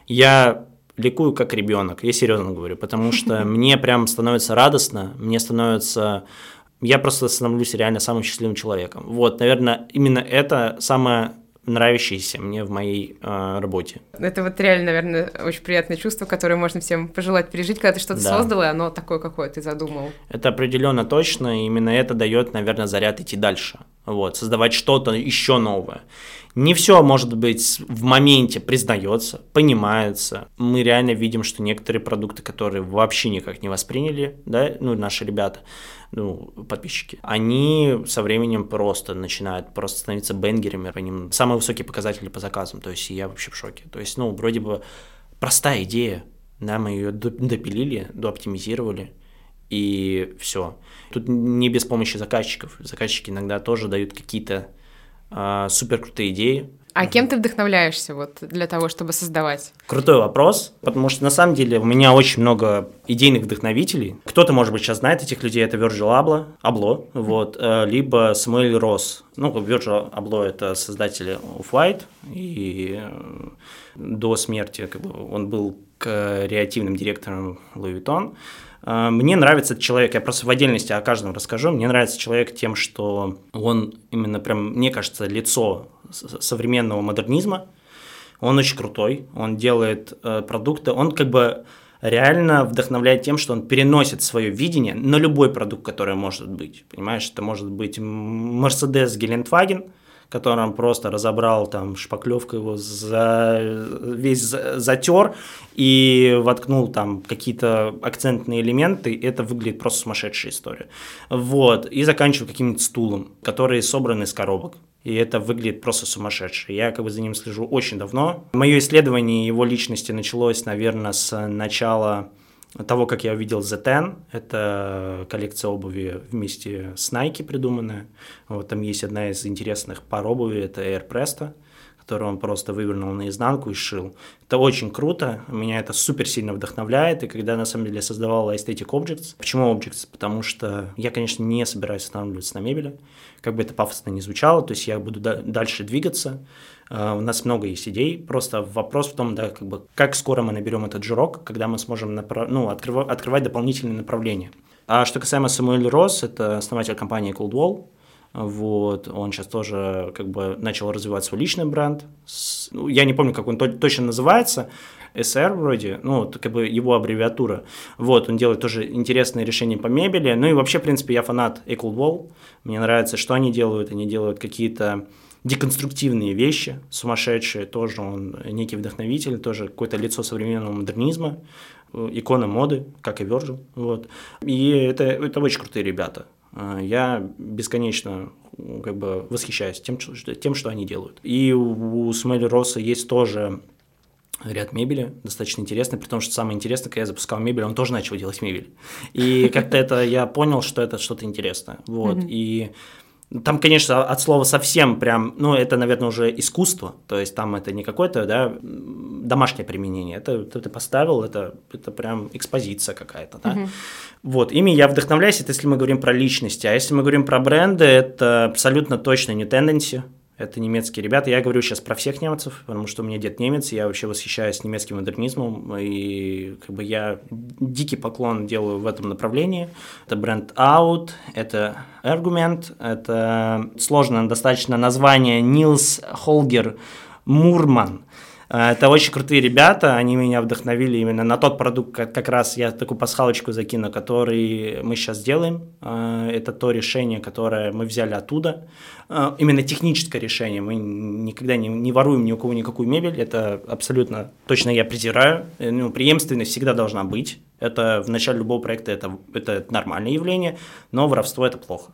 я ликую как ребенок, я серьезно говорю, потому что мне прям становится радостно, мне становится... Я просто становлюсь реально самым счастливым человеком. Вот, наверное, именно это самое... нравящиеся мне в моей э, работе. Это вот реально, наверное, очень приятное чувство, которое можно всем пожелать пережить, когда ты что-то да. создал, и оно такое, какое ты задумал. Это определенно точно, и именно это дает, наверное, заряд идти дальше. Вот, создавать что-то еще новое. Не все, может быть, в моменте признается, понимается. Мы реально видим, что некоторые продукты, которые вообще никак не восприняли, да, ну, наши ребята, ну, подписчики, они со временем просто начинают просто становиться бенгерами, по ним самые высокие показатели по заказам, то есть я вообще в шоке. То есть, ну, вроде бы простая идея, да, мы ее допилили, дооптимизировали, и все. Тут не без помощи заказчиков. Заказчики иногда тоже дают какие-то э, супер крутые идеи. А кем ты вдохновляешься вот для того, чтобы создавать? Крутой вопрос, потому что на самом деле у меня очень много идейных вдохновителей. Кто-то, может быть, сейчас знает этих людей, это Virgil Abloh, Abloh, вот, либо Самуэль Росс. Ну, Virgil Abloh – это создатель Off-White, и до смерти как бы, он был креативным директором Louis Vuitton. Мне нравится этот человек, я просто в отдельности о каждом расскажу. Мне нравится человек тем, что он именно прям, мне кажется, лицо современного модернизма. Он очень крутой, он делает э, продукты, он как бы реально вдохновляет тем, что он переносит свое видение на любой продукт, который может быть. Понимаешь, это может быть Mercedes Гелендваген, который он просто разобрал, там, шпаклевкой его за, весь затер и воткнул там какие-то акцентные элементы, и это выглядит просто сумасшедшая история. Вот, и заканчиваю каким-нибудь стулом, которые собраны из коробок. И это выглядит просто сумасшедше. Я как бы за ним слежу очень давно. Мое исследование его личности началось, наверное, с начала того, как я увидел зет десять, это коллекция обуви вместе с Nike придуманная. Вот, там есть одна из интересных пар обуви, это Air Presto, которую он просто вывернул наизнанку и сшил. Это очень круто, меня это супер сильно вдохновляет, и когда на самом деле создавал Aesthetic Objects, почему Objects? Потому что я, конечно, не собираюсь останавливаться на мебели, как бы это пафосно ни звучало, то есть я буду да- дальше двигаться, uh, у нас много есть идей, просто вопрос в том, да, как бы, как скоро мы наберем этот жирок, когда мы сможем направ... ну, открыв... открывать дополнительные направления. А что касаемо Самуэль Росс, это основатель компании Coldwall. Вот, он сейчас тоже как бы начал развивать свой личный бренд. С, ну, я не помню, как он то, точно называется, эс эр вроде, ну, как бы его аббревиатура. Вот, он делает тоже интересные решения по мебели. Ну и вообще, в принципе, я фанат Coldwall. Мне нравится, что они делают. Они делают какие-то деконструктивные вещи, сумасшедшие. Тоже он некий вдохновитель, тоже какое-то лицо современного модернизма, икона моды, как и Virgil. Вот. И это, это очень крутые ребята. Я бесконечно как бы восхищаюсь тем, тем, что они делают. И у Самуэля Росса есть тоже ряд мебели, достаточно интересный, при том, что самое интересное, когда я запускал мебель, он тоже начал делать мебель. И как-то это я понял, что это что-то интересное. Вот. Mm-hmm. И там, конечно, от слова совсем прям, ну, это, наверное, уже искусство, то есть там это не какое-то, да, домашнее применение, это, это ты поставил, это, это прям экспозиция какая-то, да. Uh-huh. Вот, ими я вдохновляюсь, это если мы говорим про личности, а если мы говорим про бренды, это абсолютно точно New Tendency. Это немецкие ребята. Я говорю сейчас про всех немцев, потому что у меня дед немец, я вообще восхищаюсь немецким модернизмом, и как бы я дикий поклон делаю в этом направлении. Это бренд Out, это Argument, это сложное достаточно название Нилс Холгер Мурман. Это очень крутые ребята, они меня вдохновили именно на тот продукт, как, как раз я такую пасхалочку закину, который мы сейчас делаем. Это то решение, которое мы взяли оттуда. Именно техническое решение. Мы никогда не, не воруем ни у кого никакую мебель. Это абсолютно точно я презираю. Ну, преемственность всегда должна быть. Это в начале любого проекта это, это нормальное явление, но воровство – это плохо.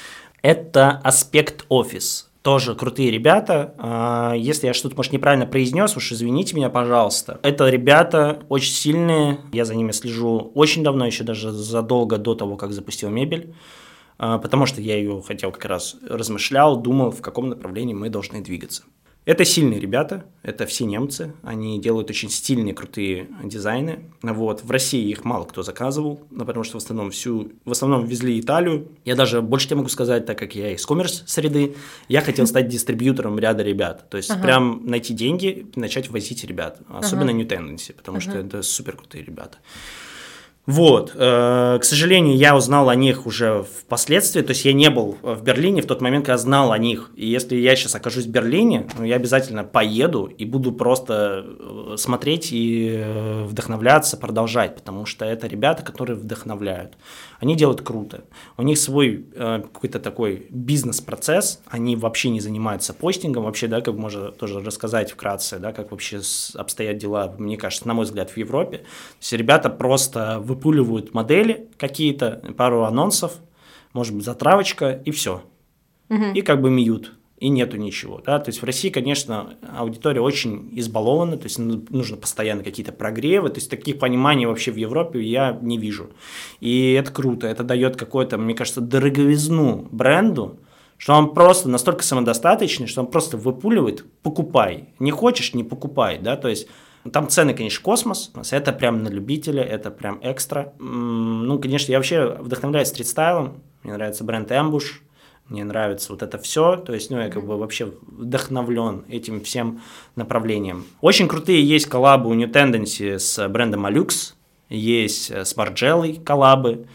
Это Аспект Офис. Тоже крутые ребята. Если я что-то, может, неправильно произнес, уж извините меня, пожалуйста. Это ребята очень сильные. Я за ними слежу очень давно, еще даже задолго до того, как запустил мебель. Потому что я ее хотел как раз размышлял, думал, в каком направлении мы должны двигаться. Это сильные ребята, это все немцы, они делают очень стильные, крутые дизайны. Вот. В России их мало кто заказывал, потому что в основном, всю, в основном везли Италию. Я даже больше тебе могу сказать, так как я из коммерс-среды, я хотел стать дистрибьютором ряда ребят. То есть ага. прям найти деньги и начать возить ребят, особенно ага. New Tendency, потому ага. что это супер крутые ребята. Вот, к сожалению, я узнал о них уже впоследствии, то есть я не был в Берлине в тот момент, когда знал о них, и если я сейчас окажусь в Берлине, ну, я обязательно поеду и буду просто смотреть и вдохновляться, продолжать, потому что это ребята, которые вдохновляют, они делают круто, у них свой какой-то такой бизнес-процесс, они вообще не занимаются постингом, вообще, да, как можно тоже рассказать вкратце, да, как вообще обстоят дела, мне кажется, на мой взгляд, в Европе, то есть ребята просто выпуливают модели какие-то, пару анонсов, может быть, затравочка, и все. Угу. И как бы мьют, и нету ничего. Да? То есть в России, конечно, аудитория очень избалована, то есть нужно постоянно какие-то прогревы, то есть таких пониманий вообще в Европе я не вижу. И это круто, это дает какую-то, мне кажется, дороговизну бренду, что он просто настолько самодостаточный, что он просто выпуливает, покупай. Не хочешь, не покупай, да, то есть там цены, конечно, космос, это прям на любителя, это прям экстра. Ну, конечно, я вообще вдохновляюсь стрит-стайлом, мне нравится бренд Ambush, мне нравится вот это все, то есть, ну, я как бы вообще вдохновлен этим всем направлением. Очень крутые есть коллабы у New Tendency с брендом Alux, есть с Margiela коллабы,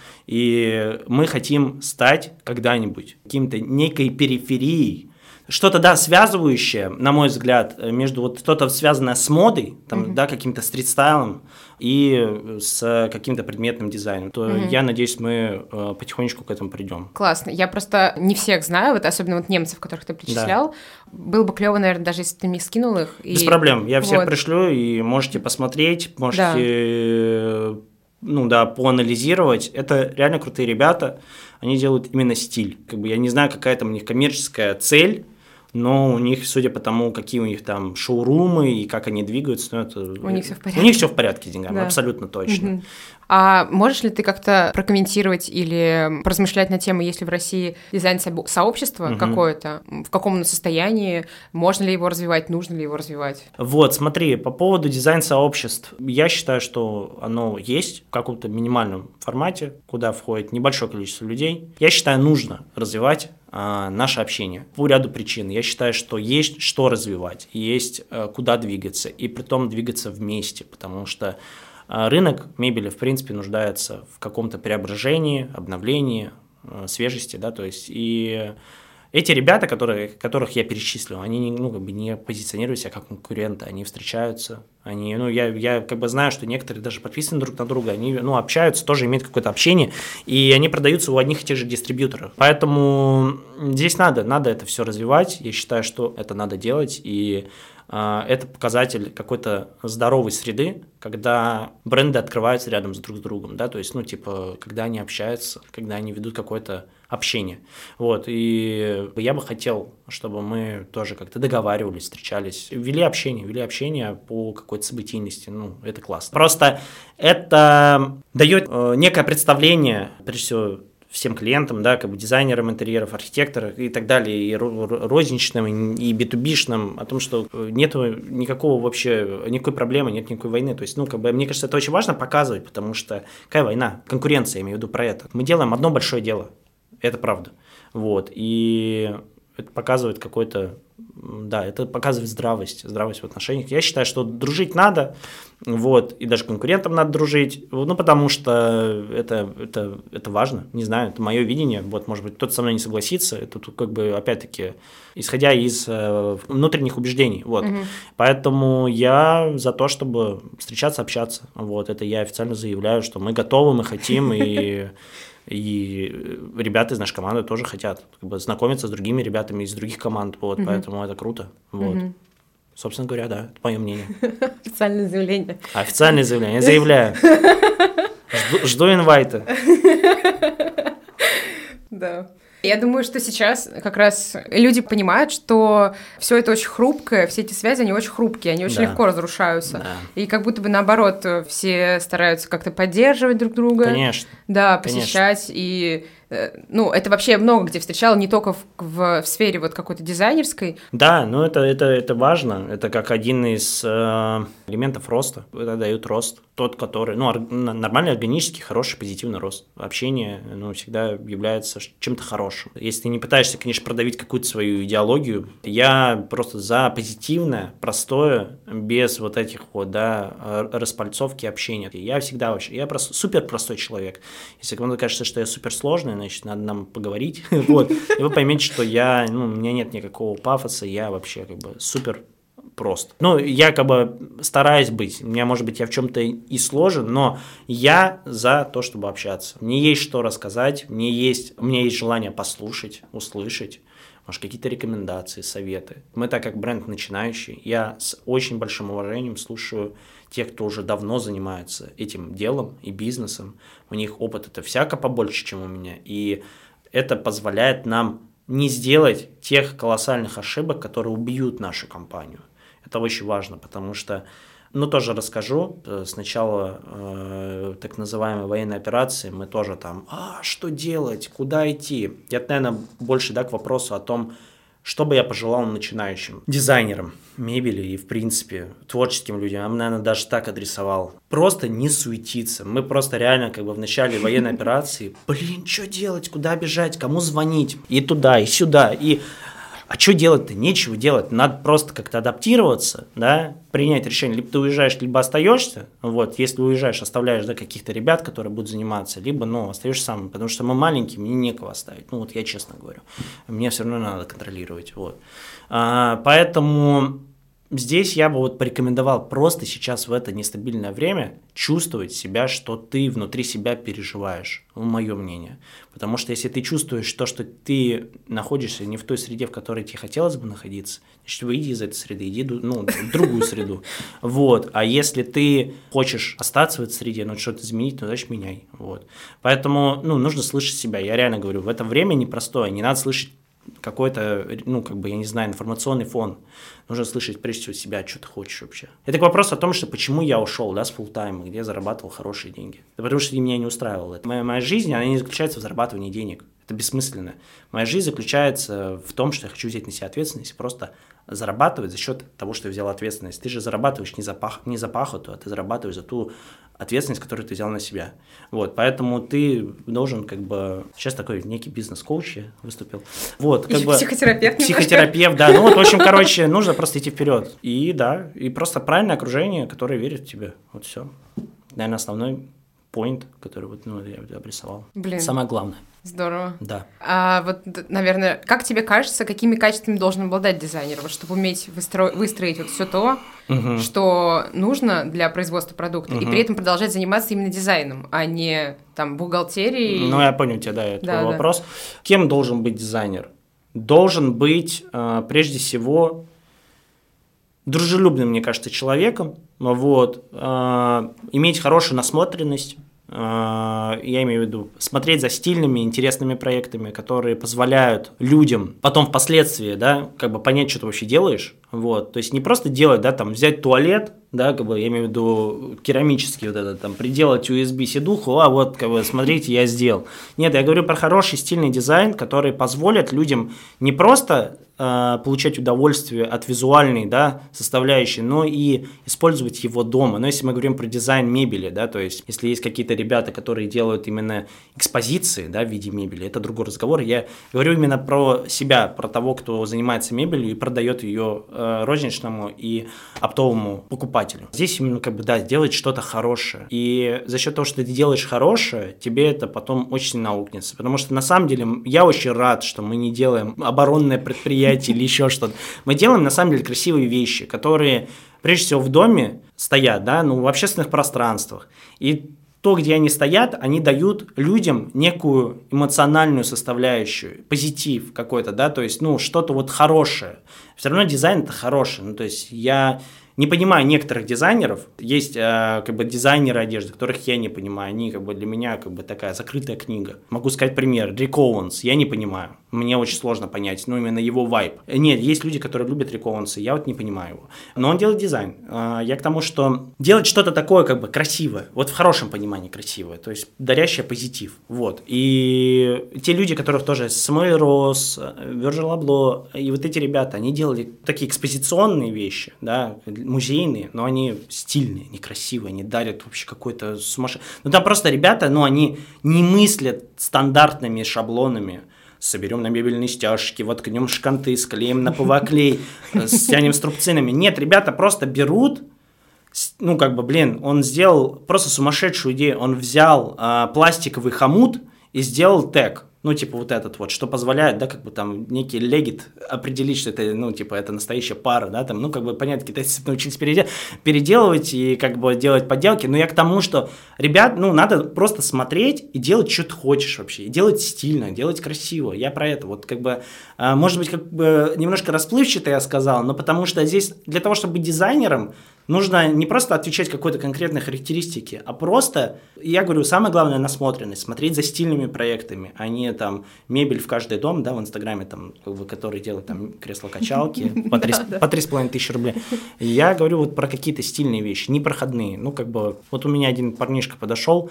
и мы хотим стать когда-нибудь каким-то некой периферией, что-то, да, связывающее, на мой взгляд, между вот что-то связанное с модой, там, mm-hmm. да, каким-то стрит-стайлом и с каким-то предметным дизайном. То mm-hmm. я надеюсь, мы э, потихонечку к этому придем. Классно. Я просто не всех знаю, вот особенно вот немцев, которых ты перечислял. Да. Было бы клево, наверное, даже если ты мне скинул их. Без и... проблем. Я всех вот. пришлю, и можете посмотреть, можете... Да. ну да, поанализировать. Это реально крутые ребята, они делают именно стиль. Как бы я не знаю, какая там у них коммерческая цель, но у них, судя по тому, какие у них там шоурумы и как они двигаются, ну, это... У них все в порядке. У них все в порядке с деньгами, да. абсолютно точно. Угу. А можешь ли ты как-то прокомментировать или поразмышлять на тему, есть ли в России дизайн-сообщество угу. какое-то, в каком оно состоянии, можно ли его развивать, нужно ли его развивать? Вот, смотри, по поводу дизайн-сообществ, я считаю, что оно есть в каком-то минимальном формате, куда входит небольшое количество людей. Я считаю, нужно развивать а, наше общение по ряду причин. Я считаю, что есть что развивать, есть а, куда двигаться, и притом двигаться вместе, потому что рынок мебели, в принципе, нуждается в каком-то преображении, обновлении, свежести, да, то есть и эти ребята, которые, которых я перечислил, они не, ну, как бы не позиционируют себя как конкуренты, они встречаются, они, ну, я, я как бы знаю, что некоторые даже подписаны друг на друга, они, ну, общаются, тоже имеют какое-то общение, и они продаются у одних и тех же дистрибьюторов, поэтому здесь надо, надо это все развивать, я считаю, что это надо делать, и это показатель какой-то здоровой среды, когда бренды открываются рядом с друг с другом, да, то есть, ну, типа, когда они общаются, когда они ведут какое-то общение, вот, и я бы хотел, чтобы мы тоже как-то договаривались, встречались, вели общение, вели общение по какой-то событийности, ну, это классно. Просто это дает э, некое представление, прежде всего, всем клиентам, да, как бы дизайнерам интерьеров, архитекторам и так далее, и розничным, и би ту би-шным, о том, что нету никакого вообще, никакой проблемы, нет никакой войны. То есть, ну, как бы, мне кажется, это очень важно показывать, потому что какая война? Конкуренция, я имею в виду про это. Мы делаем одно большое дело, это правда. Вот, и это показывает какой-то, да, это показывает здравость, здравость в отношениях. Я считаю, что дружить надо, вот, и даже конкурентам надо дружить, ну, потому что это, это, это важно, не знаю, это мое видение, вот, может быть, кто-то со мной не согласится, это тут как бы, опять-таки, исходя из э, внутренних убеждений, вот, угу. Поэтому я за то, чтобы встречаться, общаться, вот, это я официально заявляю, что мы готовы, мы хотим, и... И ребята из нашей команды тоже хотят как бы знакомиться с другими ребятами из других команд, вот, mm-hmm. поэтому это круто. Вот. Mm-hmm. Собственно говоря, да, это мое мнение. Официальное заявление. Официальное заявление, я заявляю. Жду, жду инвайта. Да. Я думаю, что сейчас как раз люди понимают, что все это очень хрупкое, все эти связи, они очень хрупкие, они очень да. легко разрушаются. Да. И как будто бы наоборот, все стараются как-то поддерживать друг друга. Конечно. Да, посещать. Конечно. И, ну, это вообще много где встречала, не только в, в, в сфере вот какой-то дизайнерской. Да, ну это, это, это важно. Это как один из э, элементов роста. Это дает рост. Тот, который, ну, нормальный, органический, хороший, позитивный рост. Общение, ну, всегда является чем-то хорошим. Если ты не пытаешься, конечно, продавить какую-то свою идеологию, я просто за позитивное, простое, без вот этих вот, да, распальцовки общения. Я всегда вообще, я просто супер простой человек. Если кому-то кажется, что я супер сложный, значит, надо нам поговорить, вот, и вы поймете, что я, ну, у меня нет никакого пафоса, я вообще как бы супер прост. Ну, я как бы стараюсь быть, у меня, может быть, я в чем-то и сложен, но я за то, чтобы общаться. Мне есть что рассказать, мне есть, у меня есть желание послушать, услышать, может, какие-то рекомендации, советы. Мы, так как бренд начинающий, я с очень большим уважением слушаю тех, кто уже давно занимается этим делом и бизнесом. У них опыт это всяко побольше, чем у меня, и это позволяет нам не сделать тех колоссальных ошибок, которые убьют нашу компанию. Это очень важно, потому что, ну, тоже расскажу, с начала э, так называемой военной операции мы тоже там, а, что делать, куда идти? Я, наверное, больше, да, к вопросу о том, что бы я пожелал начинающим дизайнерам мебели и, в принципе, творческим людям, я бы, наверное, даже так адресовал. Просто не суетиться. Мы просто реально как бы в начале военной операции, блин, что делать, куда бежать, кому звонить? И туда, и сюда, и... А что делать-то? Нечего делать. Надо просто как-то адаптироваться, да, принять решение. Либо ты уезжаешь, либо остаешься. Вот, если уезжаешь, оставляешь, да, каких-то ребят, которые будут заниматься, либо, ну, остаешься сам, потому что мы маленькие, мне некого оставить. Ну, вот я честно говорю. Мне все равно надо контролировать. Вот. А, поэтому здесь я бы вот порекомендовал просто сейчас в это нестабильное время чувствовать себя, что ты внутри себя переживаешь, мое мнение. Потому что если ты чувствуешь то, что ты находишься не в той среде, в которой тебе хотелось бы находиться, значит, выйди из этой среды, иди, ну, в другую среду. Вот. А если ты хочешь остаться в этой среде, ну, что-то изменить, ну, значит, меняй. Вот. Поэтому, ну, нужно слышать себя. Я реально говорю, в это время непростое, не надо слышать какой-то, ну, как бы, я не знаю, информационный фон. Нужно слышать прежде всего себя, что ты хочешь вообще. Это к вопросу о том, что почему я ушел, да, с фулл-тайма, где я зарабатывал хорошие деньги. Да потому что меня не устраивало это. Моя, моя жизнь, она не заключается в зарабатывании денег. Это бессмысленно. Моя жизнь заключается в том, что я хочу взять на себя ответственность и просто зарабатывать за счет того, что я взял ответственность. Ты же зарабатываешь не за, пах, не за пахоту, а ты зарабатываешь за ту ответственность, которую ты взял на себя. Вот, поэтому ты должен как бы... Сейчас такой некий бизнес-коуч я выступил. Вот, как и бы... психотерапевт. Психотерапевт, да. Ну вот, в общем, короче, нужно просто идти вперед. И да, и просто правильное окружение, которое верит в тебя. Вот все. Наверное, основной поинт, который вот, ну, я обрисовал. Блин. Самое главное. Здорово. Да. А вот, наверное, как тебе кажется, какими качествами должен обладать дизайнер, вот, чтобы уметь выстро... выстроить вот все то, угу. что нужно для производства продукта, угу. и при этом продолжать заниматься именно дизайном, а не там бухгалтерией? Ну, я понял тебя, да, это да, твой вопрос. Да. Кем должен быть дизайнер? Должен быть, э, прежде всего, дружелюбным, мне кажется, человеком, вот, э, иметь хорошую насмотренность. Я имею в виду смотреть за стильными, интересными проектами, которые позволяют людям потом впоследствии, да, как бы понять, что ты вообще делаешь, вот, то есть не просто делать, да, там, взять туалет, да, как бы, я имею в виду керамический вот этот, там, приделать ю эс би-сидуху, а вот, как бы, смотрите, я сделал. Нет, я говорю про хороший стильный дизайн, который позволит людям не просто э, получать удовольствие от визуальной, да, составляющей, но и использовать его дома. Но если мы говорим про дизайн мебели, да, то есть если есть какие-то ребята, которые делают именно экспозиции, да, в виде мебели, это другой разговор. Я говорю именно про себя, про того, кто занимается мебелью и продает ее э, розничному и оптовому покупателю. Здесь именно как бы, да, делать что-то хорошее. И за счет того, что ты делаешь хорошее, тебе это потом очень сильно аукнется. Потому что на самом деле я очень рад, что мы не делаем оборонное предприятие или еще что-то. Мы делаем на самом деле красивые вещи, которые прежде всего в доме стоят, да, ну, в общественных пространствах. И то, где они стоят, они дают людям некую эмоциональную составляющую, позитив какой-то, да, то есть, ну, что-то вот хорошее. Все равно дизайн – это хорошее. Ну, то есть я не понимаю некоторых дизайнеров, есть э, как бы дизайнеры одежды, которых я не понимаю, они как бы для меня как бы такая закрытая книга. Могу сказать пример, Рик Оуэнс, я не понимаю, мне очень сложно понять, ну именно его вайб. Нет, есть люди, которые любят Рик Оуэнса, я вот не понимаю его, но он делает дизайн. Э, я к тому, что делать что-то такое как бы красивое, вот в хорошем понимании красивое, то есть дарящее позитив, вот. И те люди, которых тоже Самуэль Росс, Вирджил Абло и вот эти ребята, они делали такие экспозиционные вещи, да, музейные, но они стильные, они красивые, они дарят вообще какой-то сумасшедший. Ну там просто ребята, ну они не мыслят стандартными шаблонами. Соберем на мебельные стяжки, воткнем шканты, склеим на ПВА-клей, стянем струбцинами. Нет, ребята просто берут, ну как бы, блин, он сделал просто сумасшедшую идею. Он взял а, пластиковый хомут и сделал тег. Ну, типа вот этот вот, что позволяет, да, как бы там некий легит определить, что это, ну, типа, это настоящая пара, да, там, ну, как бы, понятно, китайцы научились передел- переделывать и, как бы, делать подделки, но я к тому, что, ребят, ну, надо просто смотреть и делать, что ты хочешь вообще, и делать стильно, делать красиво, я про это, вот, как бы, может быть, как бы, немножко расплывчато я сказал, но потому что здесь для того, чтобы быть дизайнером, нужно не просто отвечать какой-то конкретной характеристике, а просто, я говорю, самое главное насмотренность, смотреть за стильными проектами, а не там мебель в каждый дом, да, в Инстаграме, там, как бы, который делает там кресло-качалки по три с половиной тысячи рублей. Я говорю вот про какие-то стильные вещи, непроходные. Ну, как бы, вот у меня один парнишка подошел,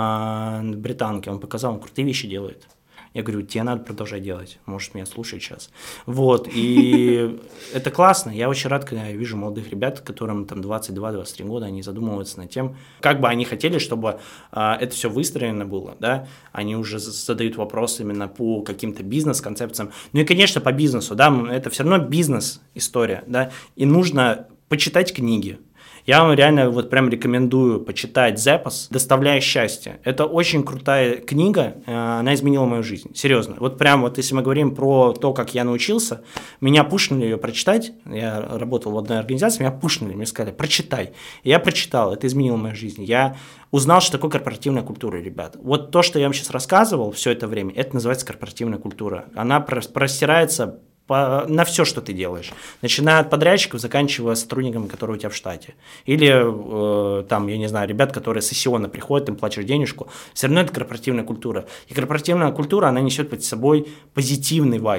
британки, он показал, он крутые вещи делает. Я говорю, тебе надо продолжать делать, может, меня слушать сейчас. Вот, и это классно, я очень рад, когда я вижу молодых ребят, которым там двадцать два - двадцать три года, они задумываются над тем, как бы они хотели, чтобы а, это все выстроено было, да, они уже задают вопросы именно по каким-то бизнес-концепциям, ну и, конечно, по бизнесу, да, это все равно бизнес-история, да, и нужно почитать книги. Я вам реально вот прям рекомендую почитать «Зепос. Доставляя счастье». Это очень крутая книга, она изменила мою жизнь, серьезно. Вот прям вот если мы говорим про то, как я научился, меня пушнули ее прочитать, я работал в одной организации, меня пушнули, мне сказали, прочитай. И я прочитал, это изменило мою жизнь. Я узнал, что такое корпоративная культура, ребят. Вот то, что я вам сейчас рассказывал все это время, это называется корпоративная культура. Она простирается по, на все, что ты делаешь. Начиная от подрядчиков, заканчивая сотрудниками, которые у тебя в штате. Или, э, там, я не знаю, ребят, которые сессионно приходят, им платишь денежку. Все равно это корпоративная культура. И корпоративная культура, она несет под собой позитивный вайб.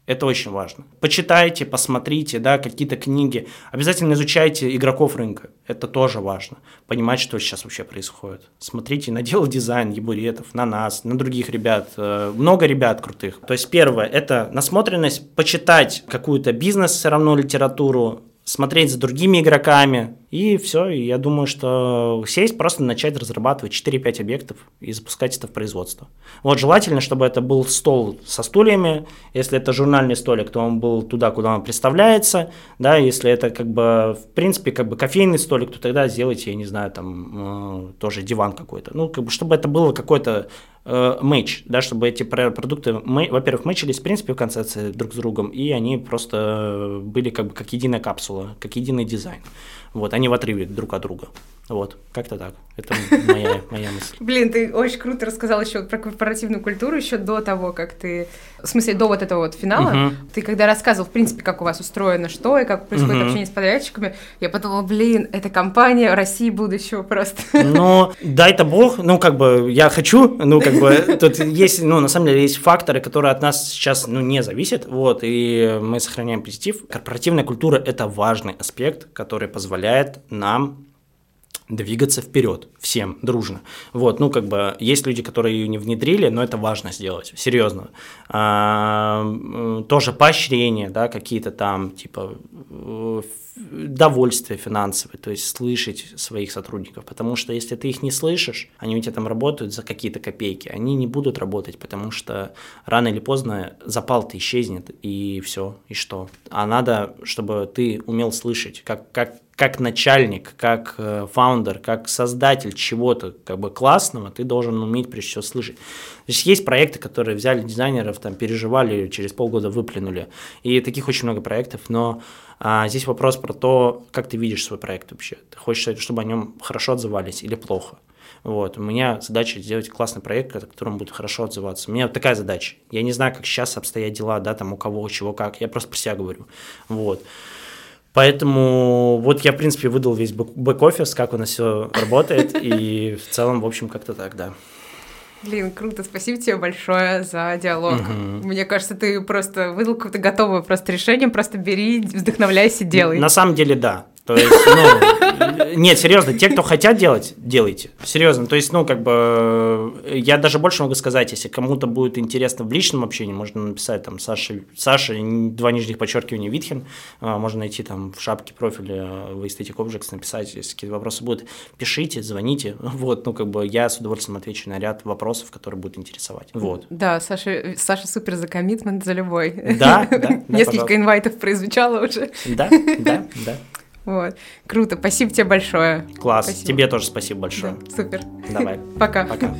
Это очень важно. Почитайте, посмотрите, да, какие-то книги. Обязательно изучайте игроков рынка. Это тоже важно. Понимать, что сейчас вообще происходит. Смотрите на Дело Дизайн, Ебуретов, на нас, на других ребят. Много ребят крутых. То есть первое – это насмотренность, почитать какую-то бизнес все равно литературу, смотреть за другими игроками, и все. И я думаю, что сесть, просто начать разрабатывать четыре-пять объектов и запускать это в производство. Вот желательно, чтобы это был стол со стульями. Если это журнальный столик, то он был туда, куда он представляется. Да, если это как бы, в принципе, как бы кофейный столик, то тогда сделайте, я не знаю, там э, тоже диван какой-то. Ну, как бы, чтобы это было какой-то э, мэч, да, чтобы эти продукты, мы, во-первых, мэчились, в принципе, в концепции друг с другом, и они просто были как бы как единая капсула, как единый дизайн. Вот, они в отрыве друг от друга. Вот, как-то так. Это моя, моя мысль. Блин, ты очень круто рассказал еще про корпоративную культуру, еще до того, как ты... В смысле, до вот этого вот финала. Uh-huh. Ты когда рассказывал, в принципе, как у вас устроено, что и как происходит uh-huh. общение с подрядчиками, я подумала, блин, это компания России будущего просто. Ну, дай-то бог, ну, как бы, я хочу, ну, как бы, тут есть, ну, на самом деле, есть факторы, которые от нас сейчас, ну, не зависят, вот, и мы сохраняем позитив. Корпоративная культура – это важный аспект, который позволяет нам двигаться вперед всем дружно. Вот, ну, как бы, есть люди, которые ее не внедрили, но это важно сделать, серьезно. А, тоже поощрение, да, какие-то там, типа, довольствие финансовое, то есть слышать своих сотрудников, потому что если ты их не слышишь, они у тебя там работают за какие-то копейки, они не будут работать, потому что рано или поздно запал-то исчезнет, и все, и что. А надо, чтобы ты умел слышать, как, как как начальник, как фаундер, как создатель чего-то как бы классного, ты должен уметь прежде всего слышать. То есть есть проекты, которые взяли дизайнеров, там, переживали, через полгода выплюнули. И таких очень много проектов, но а, здесь вопрос про то, как ты видишь свой проект вообще. Ты хочешь, чтобы о нем хорошо отзывались или плохо. Вот. У меня задача сделать классный проект, о котором будет хорошо отзываться. У меня вот такая задача. Я не знаю, как сейчас обстоят дела, да, там у кого, чего, как. Я просто про себя говорю. Вот. Поэтому вот я, в принципе, выдал весь бэк-офис, как у нас все работает, и в целом, в общем, как-то так, да. Блин, круто, спасибо тебе большое за диалог. Угу. Мне кажется, ты просто выдал какое-то готовое просто решение, просто бери, вдохновляйся, делай. На самом деле, да. То есть, ну, нет, серьезно, те, кто хотят делать, делайте. Серьезно, то есть, ну, как бы, я даже больше могу сказать, если кому-то будет интересно в личном общении, можно написать там Саша, Саша, два нижних подчеркивания, Витхин, можно найти там в шапке профиля в Aesthetic Objects, написать, если какие-то вопросы будут, пишите, звоните, вот, ну, как бы, я с удовольствием отвечу на ряд вопросов, которые будут интересовать, вот. Да, Саша, Саша супер за коммитмент, за любой. Да, да. Несколько инвайтов прозвучало уже. Да, да, да. Вот. Круто, спасибо тебе большое. Класс, спасибо. Тебе тоже спасибо большое. Да, супер. Давай. Пока. Пока.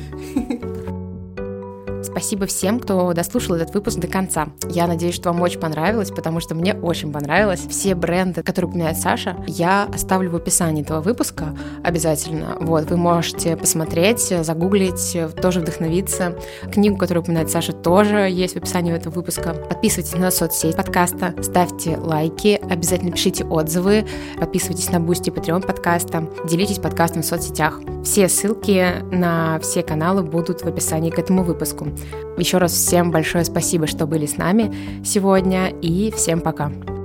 Спасибо всем, кто дослушал этот выпуск до конца. Я надеюсь, что вам очень понравилось, потому что мне очень понравилось. Все бренды, которые упоминает Саша, я оставлю в описании этого выпуска обязательно. Вот, вы можете посмотреть, загуглить, тоже вдохновиться. Книгу, которую упоминает Саша, тоже есть в описании этого выпуска. Подписывайтесь на соцсеть подкаста, ставьте лайки, обязательно пишите отзывы, подписывайтесь на Boosty и Patreon подкаста, делитесь подкастом в соцсетях. Все ссылки на все каналы будут в описании к этому выпуску. Еще раз всем большое спасибо, что были с нами сегодня, и всем пока!